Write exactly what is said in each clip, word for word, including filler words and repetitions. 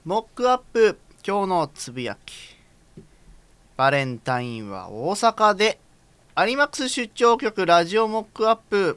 モックアップ、今日のつぶやき。バレンタインは大阪で。アニマックス出張局ラジオモックアップ。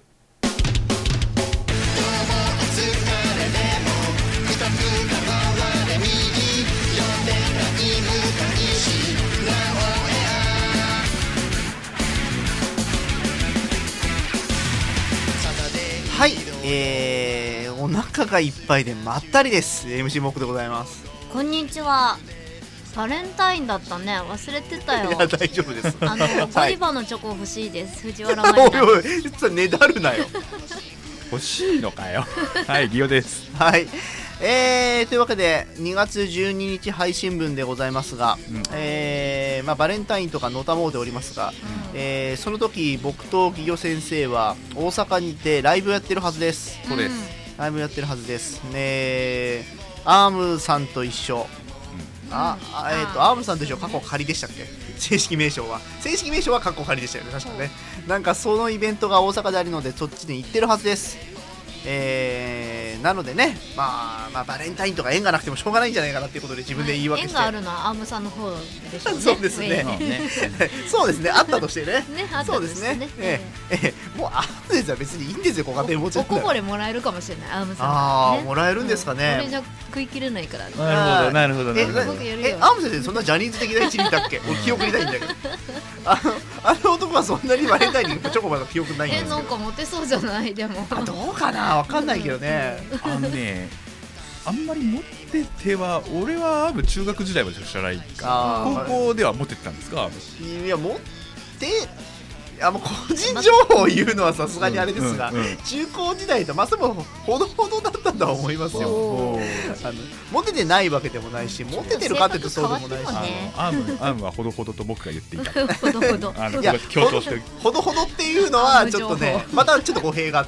はい、えー、お腹がいっぱいでまったりです。 エムシー モックでございます。 こんにちは。バレンタインだったね、忘れてたよ。 いや大丈夫です。 あのはいゴディバのチョコ欲しいです。藤原マリナ。 おいおい、実はねだるなよ。 欲しいのかよ。はい、リオです。 はい、えー、というわけでにがつじゅうににち配信分でございますが、うん、えーまあ、バレンタインとかのたもうでおりますが、うん、えー、その時僕とギギョ先生は大阪にてライブやってるはずです。 そうです。 ライブやってるはずですね。アームさんと一緒、うん、ああえー、とアームさんと一緒過去仮でしたっけ、正式名称は。正式名称は過去仮でしたよね、確かね。なんかそのイベントが大阪であるのでそっちに行ってるはずです。えー、なのでね、まあ、まあバレンタインとか縁がなくてもしょうがないんじゃないかなっていうことで自分で言い訳して、 縁があるのはアームさんの方でしょうね。 そうですね。そうですね、あったとしてね。 ね、あったとしてね。 そうですね。ええええ、もうアームですは別にいいんですよ、ご家庭持ち。 おこぼれもらえるかもしれない、アームさん。 ああ、もらえるんですかね。 これじゃ食い切れないから。 なるほど、なるほど、なるほど。 え、アーム先生そんなジャニーズ的な位置にいたっけ？俺記憶にないんだけど。あのあの男はそんなにバレンタインにチョコバの記憶ないんですけど。 え、なんかモテそうじゃない？でも。 あ、どうかな、わかんないけどね。 あのね、あんまり持ってては、俺はアーム中学時代までしか知らないから、高校では持ってたんですか？ いや、持ってあの個人情報を言うのはさすがにあれですが、うんうんうん、中高時代とまあそもほどほどだったとは思いますよ。あのモテてないわけでもないし、モテてるかっていうとそうでもないし、 ね、 あのアームアームはほどほどと僕が言っていた。 ほどほど。 あのいや強調してほどほどっていうのはちょっとね、またちょっと語弊があって、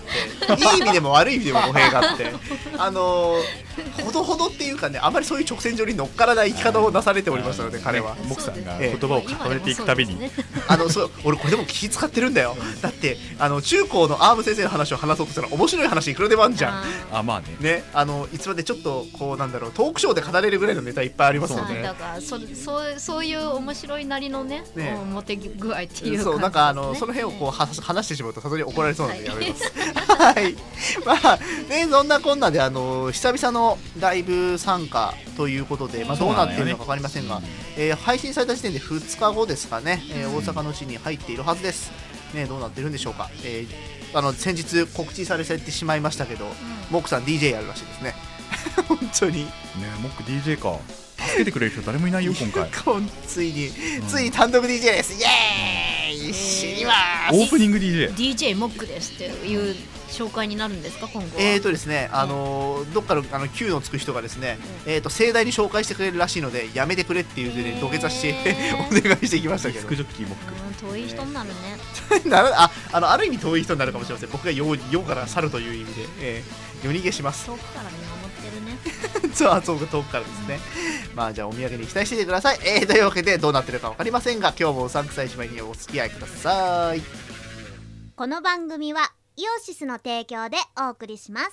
いい意味でも悪い意味でも語弊があって、あのほどほどっていうかね、あまりそういう直線上に乗っからない生き方をなされておりましたので、彼はモクさんが言葉を重ねていくたびに、 あのそう俺これでも気使ってるんだよ。だってあの中高のアーム先生の話を話そうとしたら面白い話いくらでもあるじゃん。 あ、まあね。 ね、あのいつまでちょっとこうなんだろう、トークショーで語れるぐらいのネタいっぱいありますので、 だからそそうそういう面白いなりのね、ね、モテ具合っていう感じですね。 そう、なんかあのその辺をこうは話してしまうとさすがに怒られそうなのでやめます。はい、はい、まあね、そんなこんなであの久々のライブ参加ということで、まあ、どうなっているのか分かりませんが、えー、配信された時点でふつかごですかね、えー、大阪の地に入っているはずです。ね、どうなってるんでしょうか。えー、あの先日告知されてしまいましたけど、うん、モックさん ディージェー やるらしいですね。本当にね、 モック ディージェー か。助けてくれる人誰もいないよ今回。 ついに、うん、ついに単独 ディージェー です。イエーイ、死にます。 オープニング ディージェーディージェー モックですっていう紹介になるんですか、今後は。 えーとですね、あのー、どっかのあの Q のつく人がですね、うん、えーと盛大に紹介してくれるらしいのでやめてくれっていうで、ね、土下座してお願いしてきましたけど。 スクジョッキーモック、 うん、遠い人になるね。 なる あ, あ, のある意味遠い人になるかもしれません。僕が世から去るという意味で、えー、夜逃げします。 遠くから見守ってるね。 そう、そう遠くからですね。まあじゃあお土産に期待していてください。えー、というわけでどうなってるか分かりませんが、今日もうさんくさい姉妹にお付き合いください。 この番組はイオシスの提供でお送りします。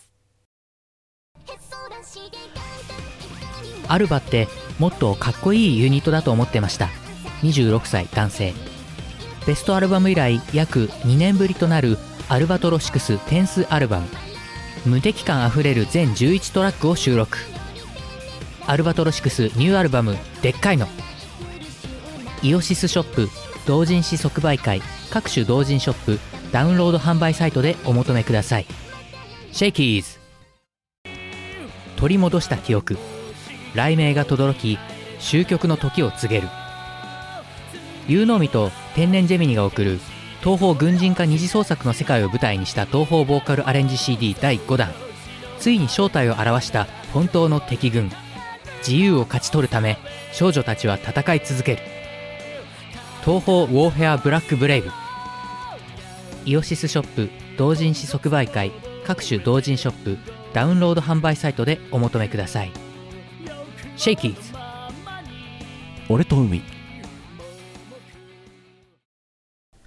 アルバってもっとかっこいいユニットだと思ってました。にじゅうろくさい男性。ベストアルバム以来約にねんぶりとなるアルバトロシクステンスアルバム。無敵感あふれる全じゅういちトラックを収録。アルバトロシクスニューアルバムでっかいの。イオシスショップ同人誌即売会各種同人ショップダウンロード販売サイトでお求めください。シェイキーズ。取り戻した記憶、雷鳴が轟き終局の時を告げる。有能美と天然ジェミニが送る東方軍人化二次創作の世界を舞台にした東方ボーカルアレンジ シーディー だいごだん。ついに正体を表した本当の敵軍。自由を勝ち取るため少女たちは戦い続ける。東方ウォーフェアブラックブレイブ。イオシスショップ同人誌即売会各種同人ショップダウンロード販売サイトでお求めください。シェイキーズ。 俺と海。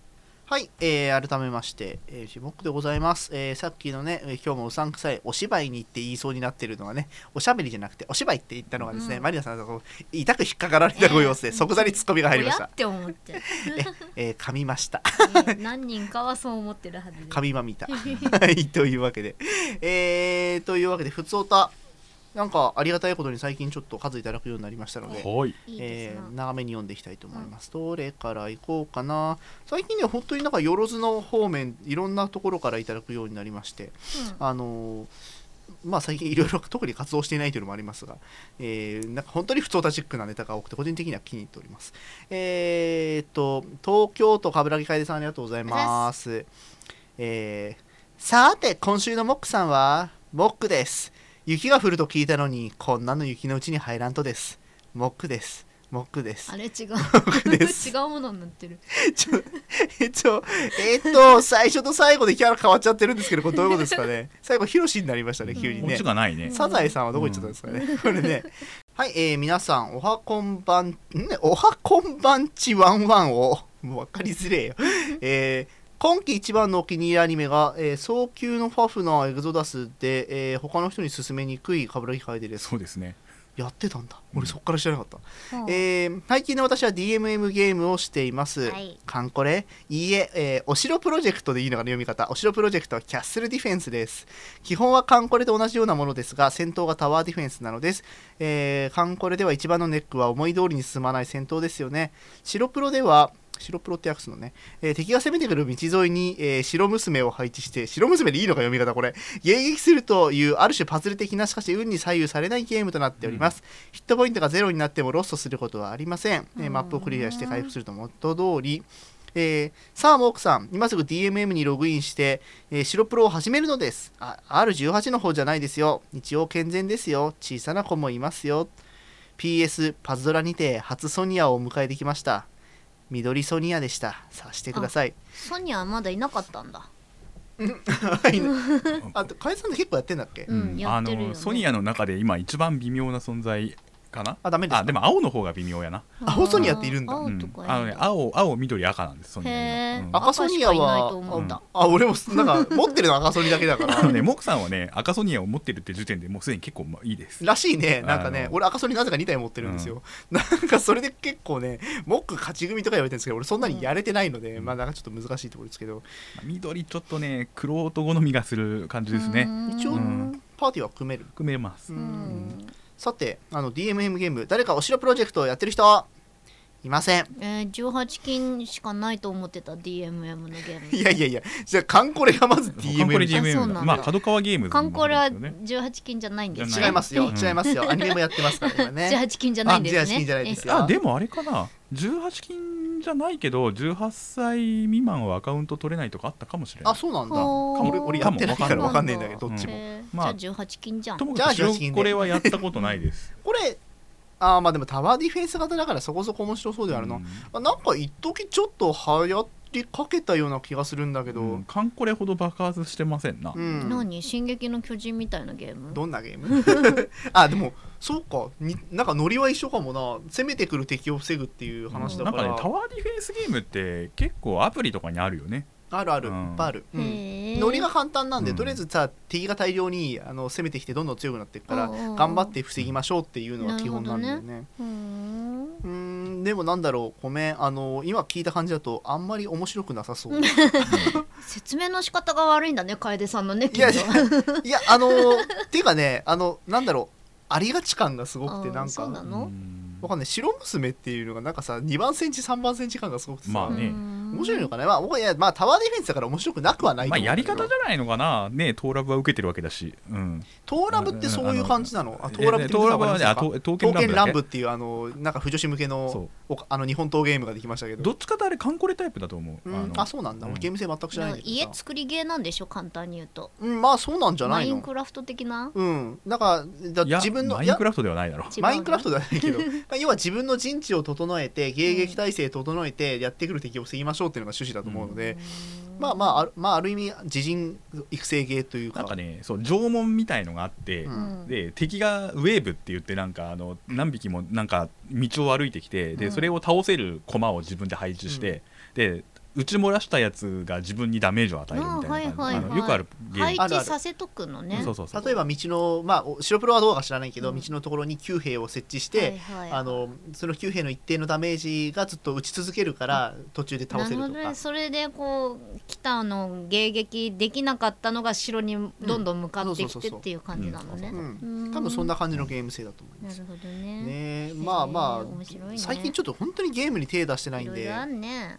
はい、えー、改めまして、えー、ジモックでございます、えー、さっきのね、今日もうさんくさいお芝居に行って言いそうになってるのはね、おしゃべりじゃなくてお芝居って言ったのがですね、うん、マリナさんが痛く引っかかられたご様子で、えー、即座にツッコミが入りました。 って思ってえ、えー、噛みました、 えー、何人かはそう思ってるはずです。 噛みまみたはいというわけで、えー、というわけでふつおたなんかありがたいことに最近ちょっと数いただくようになりましたので、 はい、 えー、長めに読んでいきたいと思います、うん、どれからいこうかな。最近ね本当になんかよろずの方面いろんなところからいただくようになりまして、うん、あのー、まあ最近いろいろ特に活動していないというのもありますが、えー、なんか本当に普通オタチックなネタが多くて個人的には気に入っております。えー、っと東京都冠城楓さんありがとうございます。えー、さて今週のモックさんはモックです。雪が降ると聞いたのにこんなの雪のうちに入らんとです。モックです。モックです。 あれ違うです違うものになってる。 ちょえっとえっと最初と最後でキャラ変わっちゃってるんですけど、これどういうことですかね。最後ヒロシになりましたね急にね。 こっちがないね。 サザエさんはどこ行っちゃったんですかね、うん、これねはい、えー、皆さんおはこんばんんおはこんばんちワンワンをもう分かりづれえよえー今季一番のお気に入りアニメが、えー、早急のファフナーエグゾダスで、えー、他の人に勧めにくい冠城楓です。 そうですね。 やってたんだ。俺そっから知らなかった。うん、えー、最近の私は ディーエムエム ゲームをしています。はい、カンコレいいええー、お城プロジェクトでいいのかな読み方。お城プロジェクトはキャッスルディフェンスです。基本はカンコレと同じようなものですが、戦闘がタワーディフェンスなのです。えー、カンコレでは一番のネックは思い通りに進まない戦闘ですよね。城プロでは白プロって訳すのね、えー、敵が攻めてくる道沿いに、えー、白娘を配置して、白娘でいいのか読み方これ、迎撃するというある種パズル的なしかし運に左右されないゲームとなっております。うん、ヒットポイントがゼロになってもロストすることはありません。えー、マップをクリアして回復すると元通り、えー、さあモークさん今すぐ ディーエムエム にログインして、えー、白プロを始めるのです。あ アールじゅうはち の方じゃないですよ。一応健全ですよ。小さな子もいますよ。 ピーエス パズドラにて初ソニアをお迎えできました。緑ソニアでした。さあしてください。 ソニアはまだいなかったんだ。 あとカエさんって結構やってんだっけ、 うん、やってるよね。 あのソニアの中で今一番微妙な存在かな。 あ、ダメですか。 あ、でも青の方が微妙やな。 青ソニアっているんだ。 青とかいいんだ。 あのね、青、青、緑、赤なんです。ソニアへー、 うん、 赤ソニアは、うん、あ、俺もなんか持ってるの赤ソニだけだから。 あのね、モクさんはね、赤ソニアを持ってるって時点でもうすでに結構いいです。 らしいね。なんかね、俺赤ソニなぜかにたい持ってるんですよ。うん、なんかそれで結構ね、モク勝ち組とか言われてるんですけど、俺そんなにやれてないので、うん、まあなんかちょっと難しいところですけど。 緑ちょっとね、クロート好みがする感じですね。 一応、うん、パーティーは組める。 組めます。 うん、さてあの ディーエムエム ゲーム誰かお城プロジェクトをやってる人いません。 えー、じゅうはち金しかないと思ってた ディーエムエム のゲーム。 いやいやいや、じゃあカンコレがまず ディーエムエム。カンコレディーエムエム だ。まあ角川ゲームズ、ね、 カンコレはじゅうはち金じゃないんですよ。違いますよ、違いますよ。アニメもやってますから今ね。 じゅうはち金じゃないんですね。 じゅうはち金じゃないですよ。 あ、でもあれかな、じゅうはち金じゃないけどじゅうはっさい未満はアカウント取れないとかあったかもしれない。 あ、そうなんだ。俺俺やってないから分かんないんだけどどっちも。 まあ、じゃあじゅうはち金じゃん。 ともかく白これはやったことないです。 これあーまあでもタワーディフェンス型だからそこそこ面白そうであるな。うん、なんか一時ちょっと流行りかけたような気がするんだけど、うん、 カンコレほど爆発してませんな。 うん、何進撃の巨人みたいなゲーム。 どんなゲームあ、でもそうかに、なんかノリは一緒かもな。攻めてくる敵を防ぐっていう話だから、 うん、なんかねタワーディフェンスゲームって結構アプリとかにあるよね。 あるある、うん、いっぱいある、うん、ノリが簡単なんで、うん、とりあえずさ敵が大量にあの攻めてきてどんどん強くなっていくから頑張って防ぎましょうっていうのが基本なんだよね。うーん、うーん、でもなんだろう、ごめん、あの今聞いた感じだとあんまり面白くなさそう説明の仕方が悪いんだね、楓さんのね。 いやいや、あのっていうかね、あのなんだろう、ありがち感がすごくて、なんかそうなの、 わかんない、白娘っていうのがなんかさにばんセンチさんばんセンチ感がすごくてさ、 まあね、 面白いのかな。まあ僕いや、まあ、タワーディフェンスだから面白くなくはないと思う。 まあやり方じゃないのかな。ね、トーラブは受けてるわけだし、うん、 トーラブってそういう感じなの。あ、トーラブってトーラブはね、あ、刀剣乱舞っていうあのなんか不女子向けのあの日本刀ゲームができましたけど、 どっちかとあれカンコレタイプだと思う。 うん、あ, あそうなんだ、うん、ゲーム性全く知らないんだけど家作りゲーなんでしょ、簡単に言うと。 うん、まあそうなんじゃないの。 マインクラフト的な。 うん、なんかだ自分のマインクラフトではないだろう。マインクラフトではないけど要は自分の陣地を整えて迎撃態勢整えてやってくる敵を防ぎましょうっていうのが趣旨だと思うので、うん、まあまあ あ, まあある意味自陣育成ゲーというか、 なんかね、そう縄文みたいのがあって、うん、で敵がウェーブって言ってなんかあの何匹もなんか道を歩いてきて、でそれを倒せる駒を自分で配置して、うん、で打ち漏らしたやつが自分にダメージを与えるみたいな、はいはいはい、あのよくあるゲーム、 配置させとくのね。 そうそうそう、 例えば道の、まあ、白プロはどうか知らないけど、うん、道のところにきゅう兵を設置して、はいはいはい、あのそのきゅう兵の一定のダメージがずっと打ち続けるから途中で倒せるとか。なるほどね。 それでこう来たの迎撃できなかったのが城にどんどん向かってきてっていう感じなのね。 多分そんな感じのゲーム性だと思います。 なるほどね。 ね、まあまあ、ね、最近ちょっと本当にゲームに手出してないんで、 いろいろあんね、 うん、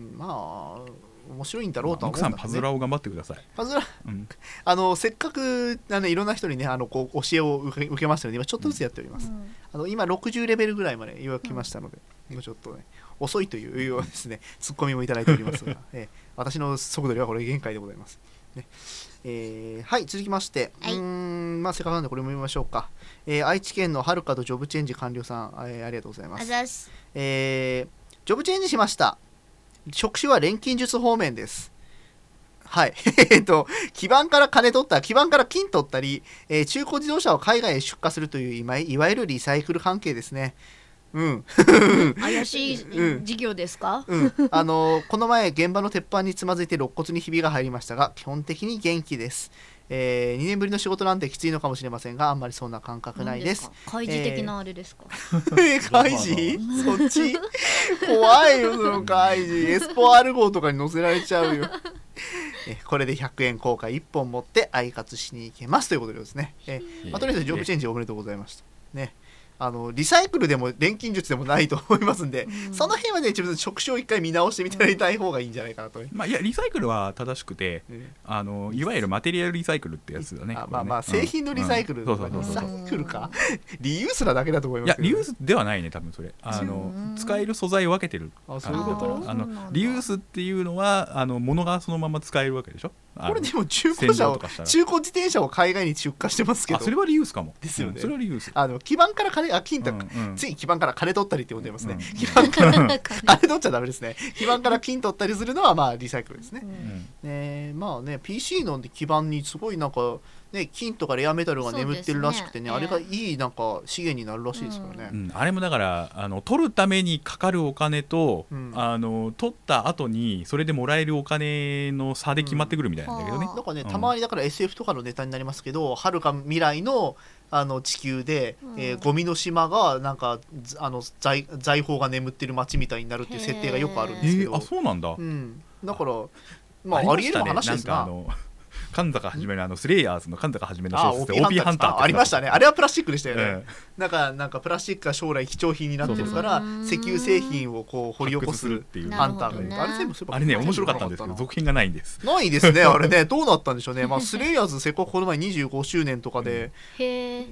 まあ面白いんだろうとは思うんだけどね。 奥さんパズラを頑張ってください。 パズラ、うん、あのせっかくあのいろんな人にねあのこう教えを受け、受けましたので今ちょっとずつやっております、うん、あの今ろくじゅうレベルぐらいまでようやく来ましたので、うん、もうちょっとね遅いというようですねツッコミもいただいておりますが、えー、私の速度ではこれ限界でございます、ねえー、はい続きまして、はい、うーんまあせっかくなんでこれも見ましょうか、えー、愛知県のはるかとジョブチェンジ完了さん、えー、ありがとうございます。 あざす、 えー、ジョブチェンジしました。職種は錬金術方面です。はいえっと基盤から金取った基盤から金取ったり、えー、中古自動車を海外へ出荷するという今いわゆるリサイクル関係ですね。うん怪しい事業ですか、 うんうん、あのこの前現場の鉄板につまずいて肋骨にひびが入りましたが基本的に元気です。えー、にねんぶりの仕事なんてきついのかもしれませんがあんまりそんな感覚ないです。 開示的なあれですか、 えー、開示そっち怖いよその開示エスポアル号とかに載せられちゃうよえこれでひゃくえん硬貨いっぽん持ってアイカツしに行けますということでですね、えーまあ、とりあえずジョブチェンジおめでとうございましたね。あのリサイクルでも錬金術でもないと思いますんで、うん、その辺はね自分職種を一回見直してみてやりたい方がいいんじゃないかなと、うんまあ、いやリサイクルは正しくて、うん、あのいわゆるマテリアルリサイクルってやつだね。 あ、まあまあ製品のリサイクルとか、リサイクルかリユースなだけだと思いますけど、ね、 いやリユースではないね多分それあの使える素材を分けてる。 あそういうことあのリユースっていうのはあの物がそのまま使えるわけでしょ。 これでも中古車を中古自転車を海外に出荷してますけど、 あそれはリユースかもですよね、 うん、それはリユース。 あの基盤から金あ金と、うんうん、つい基盤から金取ったりってこと言いますね、 うん、 基盤から金取っちゃダメですね。基盤から金取ったりするのはまあリサイクルですね、うんえー、まあね ピーシー の基盤にすごいなんかね、金とかレアメタルが眠ってるらしくてね、あれがいいなんか資源になるらしいですからね、 うん、あれもだからあの取るためにかかるお金と、うん、あの取った後にそれでもらえるお金の差で決まってくるみたいなんだけどね、 うん、なんかねたまにだから エスエフ とかのネタになりますけど、はるか未来のあの地球で、うんえー、ゴミの島がなんかあの 財, 財宝が眠ってる街みたいになるっていう設定がよくあるんですけど、 えー、あそうなんだ、 うん、だからまあありえる話ですな。 神坂はじめのあのスレイヤーズの神坂はじめの小説で オーピー ハンターってありましたね。あれはプラスチックでしたよね、ええ、なんかなんかプラスチックが将来貴重品になってるから石油製品をこう掘り起こすっていうハンターがいる、ね、あれ全部あれね面白かったんですけど続編がないんです。 ないですねあれねどうなったんでしょうね。まあスレイヤーズせっかくこの前にじゅうごしゅうねんとかで、うん、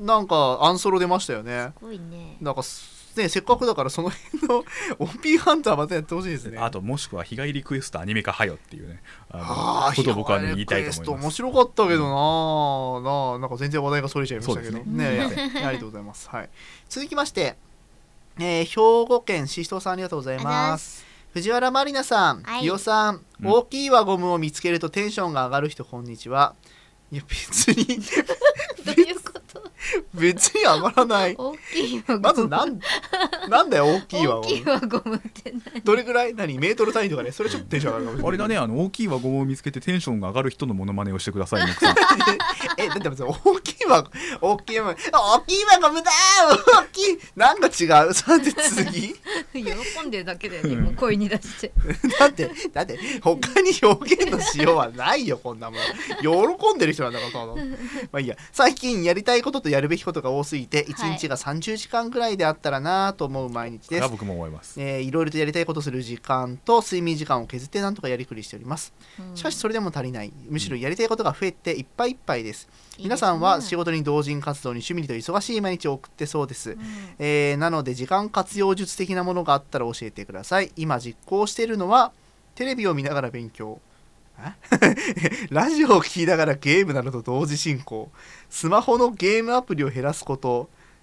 なんかアンソロ出ましたよね。 すごいね。 なんかね、せっかくだからその辺の オーピー ハンターまたやってほしいですね。 あともしくは日帰りクエストアニメ化はよっていうねあのことを僕は、ね、言いたいと思います。 面白かったけどな、うん、な, なんか全然話題がそれちゃいましたけど ね, ねありがとうございます、はい、続きまして、えー、兵庫県ししとうさんありがとうございます。藤原まりなさん、ひよ、はい、さん、うん、大きい輪ゴムを見つけるとテンションが上がる人こんにちは。いや別にどういうこと別に上がらない。 大きい輪ゴムまずなんなんだよ大きい輪ゴム。 大きい輪ゴムって何？ どれぐらい何メートル単位とかね、それちょっとテンション上がるかもしれない。 あれだね、あの大きい輪ゴムを見つけてテンションが上がる人のモノマネをしてくださいねさんえだって別に大きい輪大きい輪大きい輪ゴムだー大きいなんか違う。さて次喜んでるだけで、ね、もう声に出してだってだって他に表現のしようはないよこんなもん。喜んでる人なんだからただまあいいや。最近やりたいこととやるべきことが多すぎていちにちがさんじゅうじかんぐらいであったらなと思う毎日です。 僕も思います、 えー、いろいろとやりたいことする時間と睡眠時間を削ってなんとかやりくりしております、うん、しかしそれでも足りない。むしろやりたいことが増えていっぱいいっぱいです、うん、皆さんは仕事に同人活動に趣味にと忙しい毎日を送ってそうです、うんえー、なので時間活用術的なものがあったら教えてください。今実行しているのはテレビを見ながら勉強ラジオを聞きながらゲームなどと同時進行、スマホのゲームアプリを減らすこと、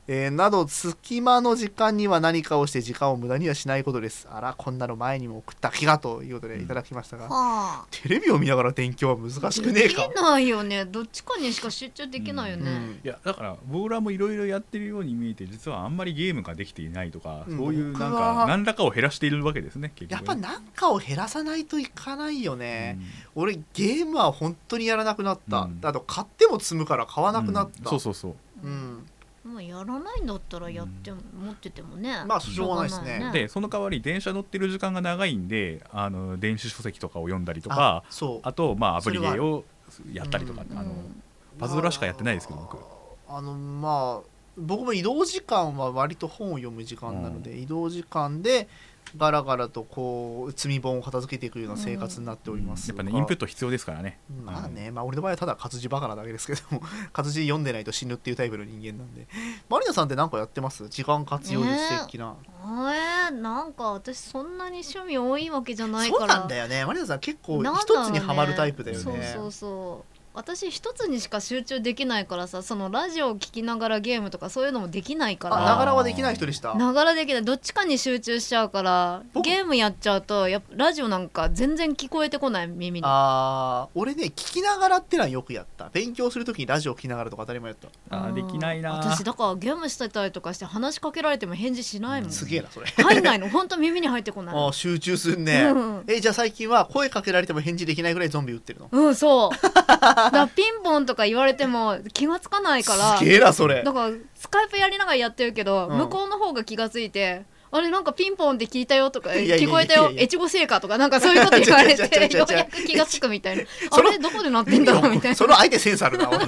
えー、など隙間の時間には何かをして時間を無駄にはしないことです。あら、こんなの前にも送った気がということでいただきましたが、 はあ、 テレビを見ながら勉強は難しくねえか。 できないよね。どっちかにしか集中できないよね、 うん、 いやだから僕らもいろいろやってるように見えて、実はあんまりゲームができていないとか、うん、そういうなんか何らかを減らしているわけですね。結局ね、 やっぱ何かを減らさないといかないよね、うん、俺ゲームは本当にやらなくなった、うん、あと買っても積むから買わなくなった、 うん、そうそうそう、 うん、 まあ、やらないんだったらやっても、うん、持っててもね、 まあしょうがないですね。 でその代わり電車乗ってる時間が長いんで、あの電子書籍とかを読んだりとか、 あ, あとまあアプリゲーをやったりとか、うん、あのパズドラしかやってないですけど、僕あのまあ僕も移動時間は割と本を読む時間なので、うん、移動時間でガラガラとこう積み本を片付けていくような生活になっております、 うん、やっぱねインプット必要ですからね。 まあね、まあ俺の場合はただ活字バカなだけですけども活字読んでないと死ぬっていうタイプの人間なんで。マリナさんって何かやってます？時間活用術的な、 えー、なんか私そんなに趣味多いわけじゃないから。 そうなんだよね、マリナさん結構一つにはまるタイプだよね。 そうそうそう、私一つにしか集中できないからさ、そのラジオを聞きながらゲームとかそういうのもできないから。 ながらはできない人でした。 ながらできない、どっちかに集中しちゃうから、ゲームやっちゃうとやっぱラジオなんか全然聞こえてこない、耳に。 あー、俺ね聞きながらってのはよくやった。勉強するときにラジオ聞きながらとか当たり前やった。 あーできないな。 私だからゲームしてたりとかして話しかけられても返事しないもん、うん、 すげえなそれ。 入んないの本当耳に入ってこない。 あ、集中すんね、うん、えじゃあ最近は声かけられても返事できないぐらいゾンビ撃ってるの？ うん、そうだからピンポンとか言われても気がつかないから。 すげえなそれ。 だからスカイプやりながらやってるけど、うん、向こうの方が気がついて、あれなんかピンポンって聞いたよとか聞こえたよ、越後製菓とかなんかそういうこと言われてようやく気がつくみたいな。あれどこで鳴ってんだろうみたいな。 その相手センスあるな俺。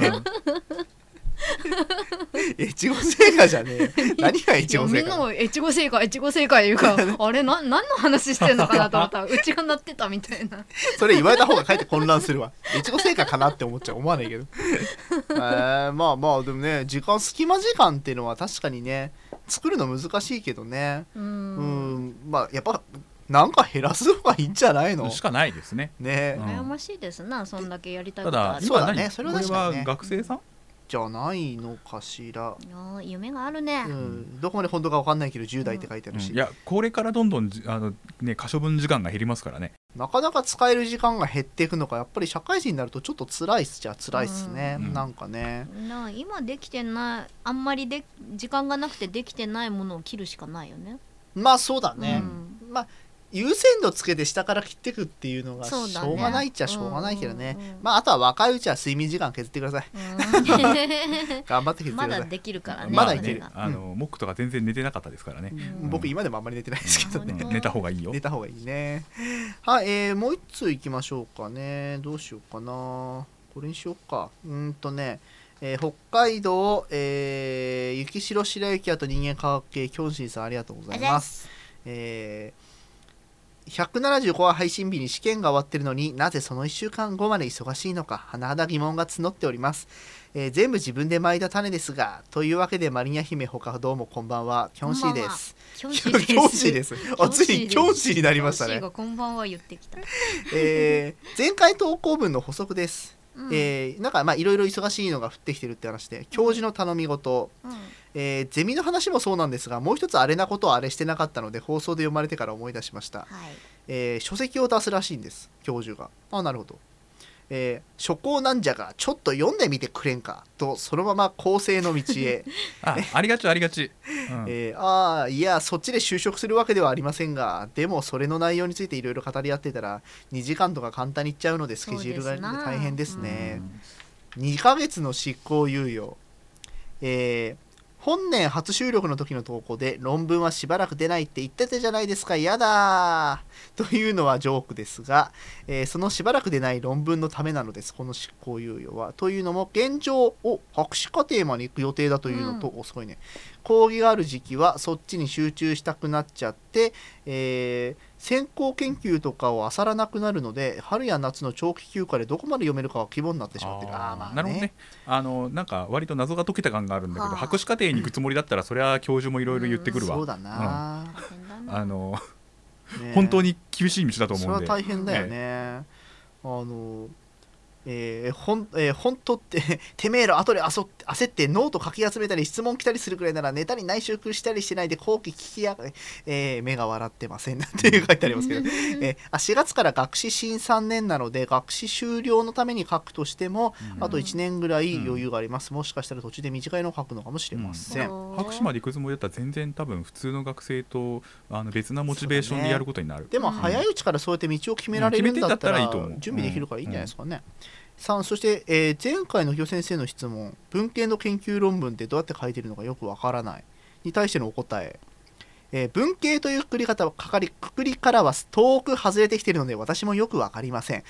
越後製菓じゃねえ。何が越後製菓？みんなも越後製菓越後製菓言うからあれな何の話してんのかなと思ったらうちが鳴ってたみたいな。 それ言われた方がかえって混乱するわ。越後製菓かなって思っちゃう、思わないけど。えー、まあまあでもね、時間隙間時間っていうのは確かにね作るの難しいけどね。うん、うんまあやっぱなんか減らすのがいいんじゃないの？ しかないですね。 ね、 羨ましいですな、そんだけやりたいことある。 ただそうだね、それは確かにね。 これは学生さんじゃないのかしら。 夢があるね、 うん、どこまで本当か分かんないけどじゅう代って書いてあるし、 うん、いやこれからどんどんあの、ね、可処分時間が減りますからね。 なかなか使える時間が減っていくのか、やっぱり社会人になるとちょっと辛いっすじゃ辛いっすね、うん、なんかねな今できてないあんまりで時間がなくてできてないものを切るしかないよね。 まあそうだね、うん、まあ優先度つけて下から切っていくっていうのがしょうがないっちゃしょうがないけどね、うんうんうん、まああとは若いうちは睡眠時間削ってください、うん、頑張って削ってください。 まだできるからね。 まだいける、 あのモックとか全然寝てなかったですからね、 うん、僕今でもあんまり寝てないですけどね、 うん、寝た方がいいよ。 寝た方がいいね。はい、えー、もう一通いきましょうかね。どうしようかな、これにしようか。うんとねえー、北海道、えー、雪城白雪屋と人間科学系キョンシンさんありがとうございます。えーひゃくななじゅうごわ配信日に試験が終わってるのになぜそのいっしゅうかんごまで忙しいのか甚だ疑問が募っております、えー、全部自分で蒔いた種ですが、というわけでマリニャ姫ほかどうもこんばんは、キョンシーです。 キョンシーです。 あ、ついにキョンシーになりましたね。 キョンシーがこんばんは言ってきた、 えー、前回投稿文の補足です、うん、えー、なんかまあいろいろ忙しいのが降ってきてるって話で、教授の頼み事、うんうん、えー、ゼミの話もそうなんですが、もう一つあれなことをあれしてなかったので放送で読まれてから思い出しました、はい、えー、書籍を出すらしいんです教授が。あ、なるほど。えー、初稿なんじゃがちょっと読んでみてくれんかとそのまま構成の道へあ, ありがちありがち、 うん、えー、あいやそっちで就職するわけではありませんが、でもそれの内容についていろいろ語り合ってたらにじかんとか簡単にいっちゃうのでスケジュールが大変ですね。うん、にかげつの執行猶予、えー本年初収録の時の投稿で論文はしばらく出ないって言ってたじゃないですか、やだーというのはジョークですが、えー、そのしばらく出ない論文のためなのです、この執行猶予は。というのも現状を博士課程まで行く予定だというのと、うん、おすごいね、講義がある時期はそっちに集中したくなっちゃって、えー、先行研究とかを漁らなくなるので春や夏の長期休暇でどこまで読めるかは希望になってしまってる。ああ、まあね、 なるほどね。あのなんか割と謎が解けた感があるんだけど、博士課程に行くつもりだったらそれは教授もいろいろ言ってくるわ、 うん、そうだな、 うん、あの本当に厳しい道だと思うんで。 それは大変だよね、ね、あのえー、ほん、えー、ほんとっててめえら後で焦って焦ってノート書き集めたり質問来たりするくらいならネタに内緒したりしてないで後期聞きやがれ、えー、目が笑ってませんっていう書いてありますけど、えー、あしがつから学士新さんねんなので学士修了のために書くとしても、うん、あといちねんぐらい余裕があります、うん、もしかしたら途中で短いのを書くのかもしれません、 うん、博士まで行くつもりだったら全然多分普通の学生とあの別なモチベーションでやることになる、 ね、でも早いうちからそうやって道を決められるんだったら準備できるからいいんじゃないですかね、うんさんそして、えー、前回の日尾先生の質問文系の研究論文ってどうやって書いてるのかよくわからないに対してのお答え、えー、文系というくくり方はかかりくくりからは遠く外れてきているので私もよくわかりません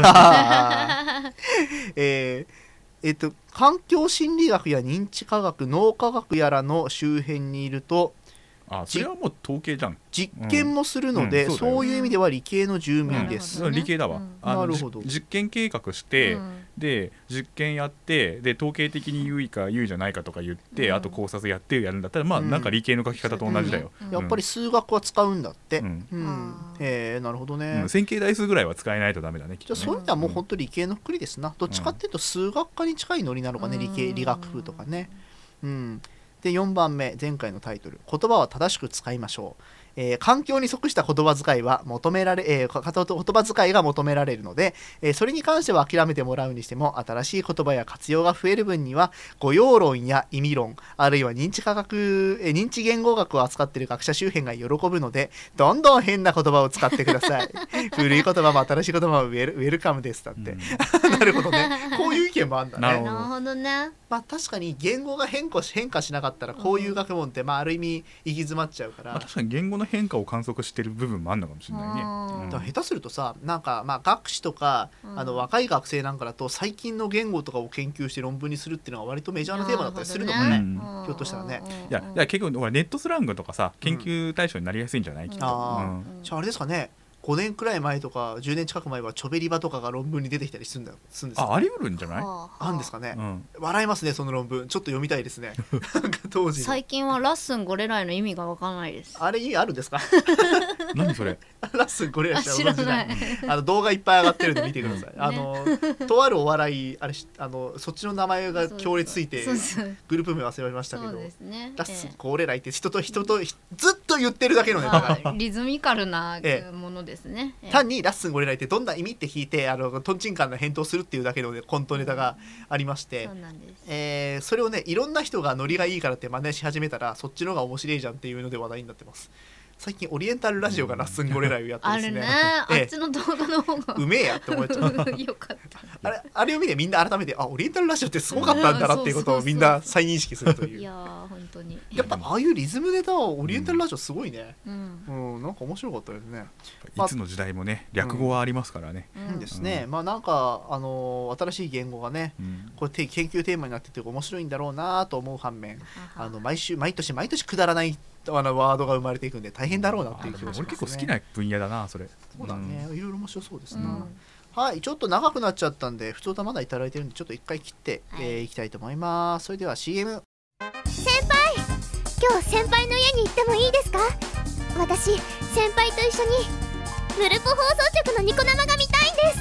えーえー、と環境心理学や認知科学脳科学やらの周辺にいるとあそれはもう統計じゃん実験もするので、うんうん、そう、そういう意味では理系の住民です、 うん、理系だわ、うん、あのなるほど実験計画して、うん、で実験やってで統計的に有意か有意じゃないかとか言って、うん、あと考察やってやるんだったらまあ、うん、なんか理系の書き方と同じだよ、 うんうん、やっぱり数学は使うんだって、うんうん、へえなるほどね、 うん、線形代数ぐらいは使えないとダメだねきっとね。 じゃあそういう意味ではもう本当理系のくくりですな、どっちかっていうと数学科に近いノリなのかね、理系理学部とかね、うんでよんばんめ前回のタイトル言葉は正しく使いましょう、えー、環境に即した言葉遣いは求められ、えー、言葉遣いが求められるので、えー、それに関しては諦めてもらうにしても新しい言葉や活用が増える分には語用論や意味論あるいは認知科学、えー、認知言語学を扱っている学者周辺が喜ぶのでどんどん変な言葉を使ってください古い言葉も新しい言葉もウェル、ウェルカムですだって、うん、なるほどねこういう意見もあるんだね。 なるほどね。 まあ確かに言語が変化し、変化しなかったらこういう学問ってまあある意味行き詰まっちゃうから、 まあ、確かに言語の変化を観測してる部分もあるのかもしれないね、 うん、だから下手するとさなんかまあ学士とか、うん、あの若い学生なんかだと最近の言語とかを研究して論文にするっていうのが割とメジャーなテーマだったりするのかね、うん、ひょっとしたらね、 いやいや結構ネットスラングとかさ研究対象になりやすいんじゃない、うん、きっと、 あ、うん、じゃああれですかねごねんくらい前とかじゅうねん近く前はチョベリバとかが論文に出てきたりするんだするんです、ね、 あ, あり得るんじゃないあるんですかね、うん、笑いますねその論文ちょっと読みたいですねなんか当時最近はラッスンゴレライの意味が分からないです。 あれ意味あるんですか何それラッスンゴレライ知らないあの動画いっぱい上がってるんで見てください、ね、あのとあるお笑いあれあのそっちの名前が強烈ついてグループ名忘れましたけど、ね、ラッスンゴレライって人と人とずっと言ってるだけのネタがリズミカルなものですね、ええ、 単にラッスンゴレライってどんな意味って聞いてあのトンチンカンな返答するっていうだけの、ね、コントネタがありまして、 そうなんです、 えー、それをねいろんな人がノリがいいからって真似し始めたらそっちの方が面白いじゃんっていうので話題になってます。最近オリエンタルラジオがラッスンゴレライをやってですね、 あれね、ええ、あっちの動画の方がうめえやって思っちゃうよかったあれ、あれを見てみんな改めてあオリエンタルラジオってすごかったんだなっていうことをみんな再認識するという。 いや本当にやっぱああいうリズムネタはオリエンタルラジオすごいね、うんうん、なんか面白かったですね。 いつの時代もね略語はありますからね、 うんうん、ですね、まあなんかあのー、新しい言語がね、うん、これ研究テーマになってて面白いんだろうなと思う反面あの毎週毎年毎年くだらないあのワードが生まれていくんで大変だろうなっていう気がしますね。 俺結構好きな分野だなそれ。 そうだね、うん、いろいろ面白そうですね、うん、はいちょっと長くなっちゃったんで普通歌まだいただいてるんでちょっと一回切って、はいえー、いきたいと思います。それでは シーエム。 先輩今日先輩の家に行ってもいいですか？私先輩と一緒にヌルポ放送局のニコ生が見たいんです。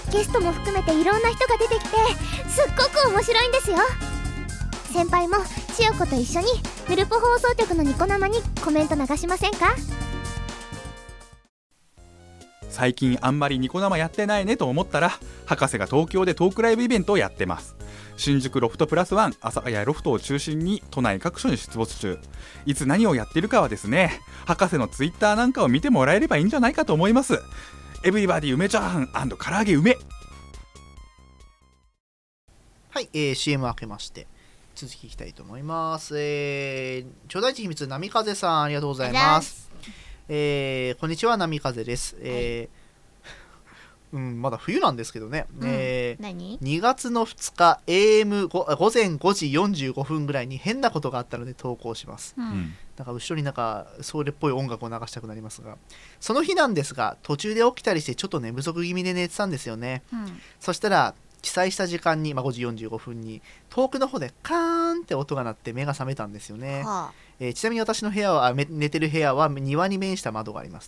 ゲストも含めていろんな人が出てきてすっごく面白いんですよ。先輩も千代子と一緒にヌルポ放送局のニコ生にコメント流しませんか？ 最近あんまりニコ生やってないねと思ったら博士が東京でトークライブイベントをやってます。新宿ロフトプラスワン朝谷ロフトを中心に都内各所に出没中。いつ何をやってるかはですね博士のツイッターなんかを見てもらえればいいんじゃないかと思います。エブリバディ梅チャーハン&唐揚げ梅。 はい、えー、シーエム 開けまして続きいきたいと思います。えー、頂戴地秘密波風さんありがとうございます。えー、こんにちは波風です。えーはい、うんまだ冬なんですけどね。うんえー、 何にがつのふつか エーエム ご午前ごじよんじゅうごふんぐらいに変なことがあったので投稿します。うん、なんか後ろになんかそれっぽい音楽を流したくなりますが、その日なんですが途中で起きたりしてちょっと寝不足気味で寝てたんですよね。うん、そしたら記載した時間に、まあ、ごじよんじゅうごふんに遠くの方でカーンって音が鳴って目が覚めたんですよね。はあえー、ちなみに私の部屋は寝てる部屋は庭に面した窓がありますと。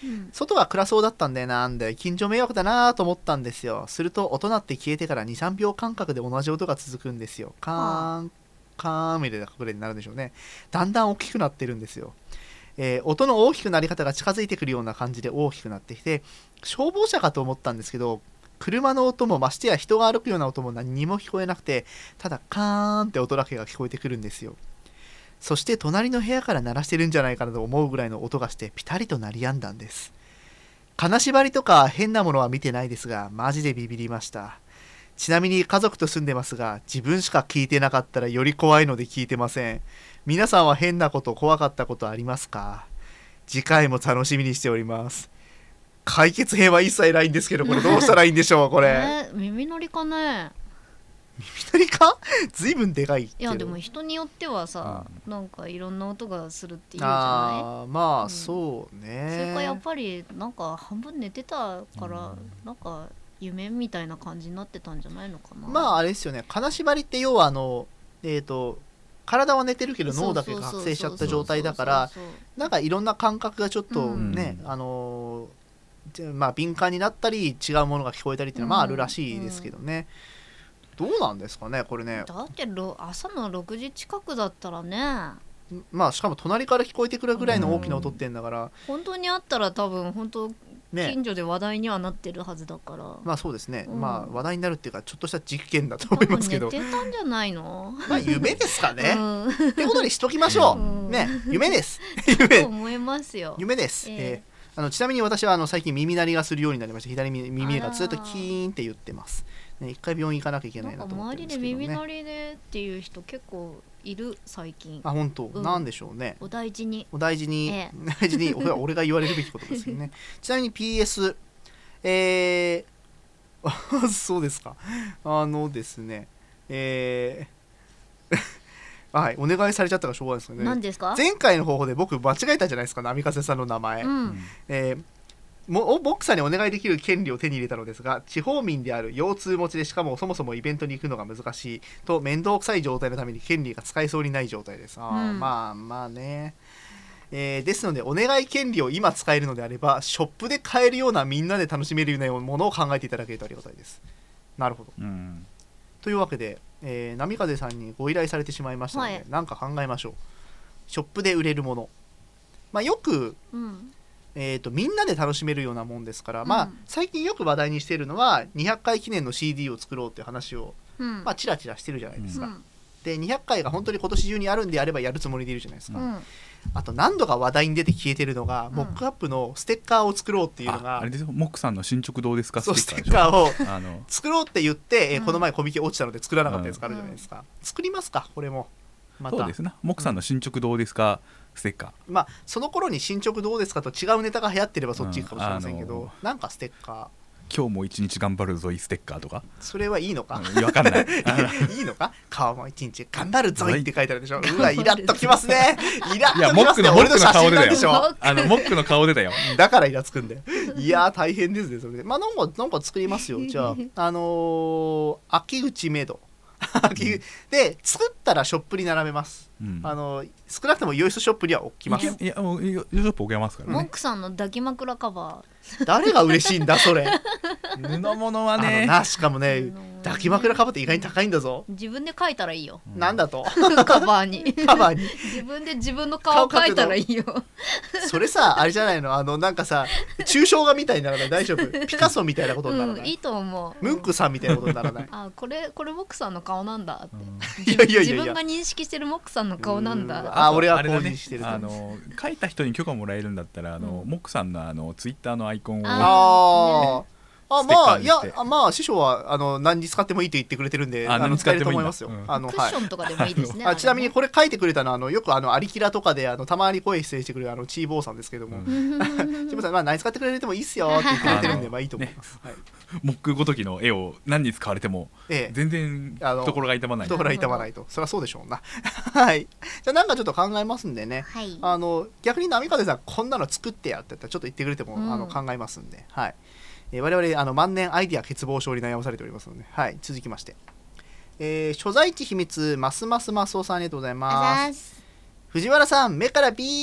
うん、 外は暗そうだったんで、なんで近所迷惑だなと思ったんですよ。すると音鳴って消えてから にさんびょう間隔で同じ音が続くんですよ。カーンカーンみたいな隠れになるんでしょうね。だんだん大きくなってるんですよ。えー、音の大きくなり方が近づいてくるような感じで大きくなってきて、消防車かと思ったんですけど、車の音もましてや人が歩くような音も何にも聞こえなくて、ただカーンって音だけが聞こえてくるんですよ。そして隣の部屋から鳴らしてるんじゃないかなと思うぐらいの音がしてピタリと鳴り止んだんです。金縛りとか変なものは見てないですが、マジでビビりました。ちなみに家族と住んでますが、自分しか聞いてなかったらより怖いので聞いてません。皆さんは変なこと怖かったことありますか？次回も楽しみにしております。解決編は一切ないんですけど、これどうしたらいいんでしょうこれ、 えー、耳鳴りかね。 耳鳴りか？ずいぶんでかいけど。 いやでも人によってはさ、うん、なんかいろんな音がするっていうじゃない。 あまあ、 うん、 そうね。 それかやっぱりなんか半分寝てたから、うん、なんか夢みたいな感じになってたんじゃないのかな。 まああれですよね、金縛りって要はあのえっ、ー、と体は寝てるけど脳だけが覚醒しちゃった状態だから、なんかいろんな感覚がちょっとね、うん、あのまあ敏感になったり違うものが聞こえたりっていうのはまああるらしいですけどね、うんうん、どうなんですかねこれね。 だって朝のろくじ近くだったらね、 まあしかも隣から聞こえてくるぐらいの大きな音ってんだから、うん、 本当にあったら多分本当近所で話題にはなってるはずだから、ね、 まあそうですね、うん、まあ話題になるっていうかちょっとした実験だと思いますけど、 寝てたんじゃないの？ まあ夢ですかね、うん、ってことにしときましょう、うん、ね夢です夢思いますよ。 夢です、えーえー、あのちなみに私はあの最近耳鳴りがするようになりました。左耳がずっとキーンって言ってます。ね、一回病院行かなきゃいけないなと思ってるんですけどね。 周りで耳鳴りでっていう人結構いる最近。 あ本当、うん、なんでしょうね。 お大事にお大事に、ええ、大事に俺俺が言われるべきことですよねちなみに ピーエス えー、そうですか。あのですねえーはい、お願いされちゃったからしょうがないですよね。 何ですか？ 前回の方法で僕間違えたじゃないですか、波風さんの名前、うん、えーもボクサーにお願いできる権利を手に入れたのですが、地方民である腰痛持ちで、しかもそもそもイベントに行くのが難しいと面倒くさい状態のために権利が使えそうにない状態です。あ、うん、まあまあね、えー、ですのでお願い権利を今使えるのであれば、ショップで買えるようなみんなで楽しめるようなものを考えていただけるとありがたいです。なるほど、うん、というわけで、えー、波風さんにご依頼されてしまいましたので、はい、なんか考えましょう。ショップで売れるもの、まあ、よく、うんえー、とみんなで楽しめるようなもんですから、うん、まあ最近よく話題にしているのはにひゃっかい記念の シーディー を作ろうっていう話を、うんまあ、チラチラしてるじゃないですか、うん、でにひゃっかいが本当に今年中にあるんであればやるつもりでいるじゃないですか、うん、あと何度か話題に出て消えてるのが、うん、モックアップのステッカーを作ろうっていうのがあ, あれですよ、モックさんの進捗どうですかそうステッカーをあの作ろうって言って、えー、この前コミケ落ちたので作らなかったやつがあるじゃないですか、うん、作りますかこれもまた。 そうですね、モックさんの進捗どうですか、うん、ステッカー、 まあその頃に進捗どうですかと違うネタが流行ってればそっち行くかもしれませんけど、うんあのー、なんかステッカー今日も一日頑張るぞいステッカーとか、 それはいいのか、 うん、分かんないいいのか、今日も一日頑張るぞいって書いてあるでしょ。うわイラッときますねイラッときますね。 いやモックの俺の写真なんでしょあのモックの顔でだよだからイラつくんだよいやー大変ですねそれで。まあなんかなんか作りますよ。じゃああのー、秋口メイドで作ったらショップに並べます、うん、あの少なくともヨイスショップには置きます。 いやもうヨイスショップ置けますからね。 モックさんの抱き枕カバー誰が嬉しいんだそれ布物はねな、しかもね抱き枕カバーって意外に高いんだぞ。 自分で書いたらいいよ、 うん、なんだとカバーにカバーに自分で自分の顔描いたらいいよそれさあれじゃないの、あのなんかさ抽象画みたいにならない？大丈夫？ピカソみたいなことにならない？ うん、いいと思う。 ムンクさんみたいなことにならない？ あこれこれモックさんの顔なんだって、 うん、いやいやいやいや自分が認識してるモックさんの顔なんだ。 ああ俺はこう認識してる、 ね、あの書いた人に許可もらえるんだったらあの、うん、モックさんのあのツイッターのアイコンをあああまあいやまあ師匠はあの何に使ってもいいと言ってくれてるんで、あの使えると思いますよ。うん、あのクッションとかでもいいですね。 あちなみにこれ書いてくれたのはあのよくあのアリキラとかであのたまに声出演してくれるあのチーボーさんですけども、うん、チーボーさんまあ何使ってくれてもいいっすよって言ってくれてるんでまあいいと思います。ねはい、 モックごときの絵を何に使われても全然懐が痛まない。 懐が痛まないとそりゃそうでしょうな。はい。じゃあなんかちょっと考えますんでね。はい、あの逆に波風さんこんなの作ってやってったらちょっと言ってくれても、うん、あの考えますんで。はい。えー、我々あの万年アイディア欠乏症に悩まされておりますので、はい、続きまして、えー、所在地秘密ますますますおさんありがとうございます。藤原さん目からビー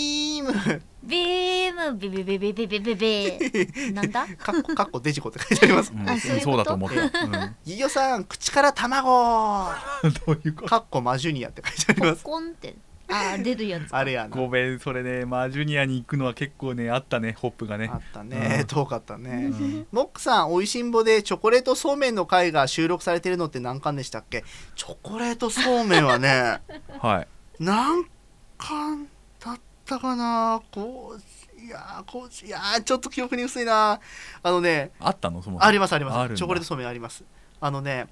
ムビームビビビビビビビビなんだかっこかっこデジコって書いてあります。 うんあそういうことそうだと思った、うんギギョさん口から卵どういうこと。 かっこマジュニアって書いてありポッます。 コンってあー出るやつかあれやな。 ごめんそれねまあジュニアに行くのは結構ねあったねホップがねあったね、 うん遠かったね、 うんモックさん、おいしんぼでチョコレートそうめんの回が収録されてるのって何巻でしたっけ？チョコレートそうめんはねはい何巻だったかな。こういやーこういやーちょっと記憶に薄いな。あのねあったのそもそもありますありますあるんだチョコレートそうめんあります。あのね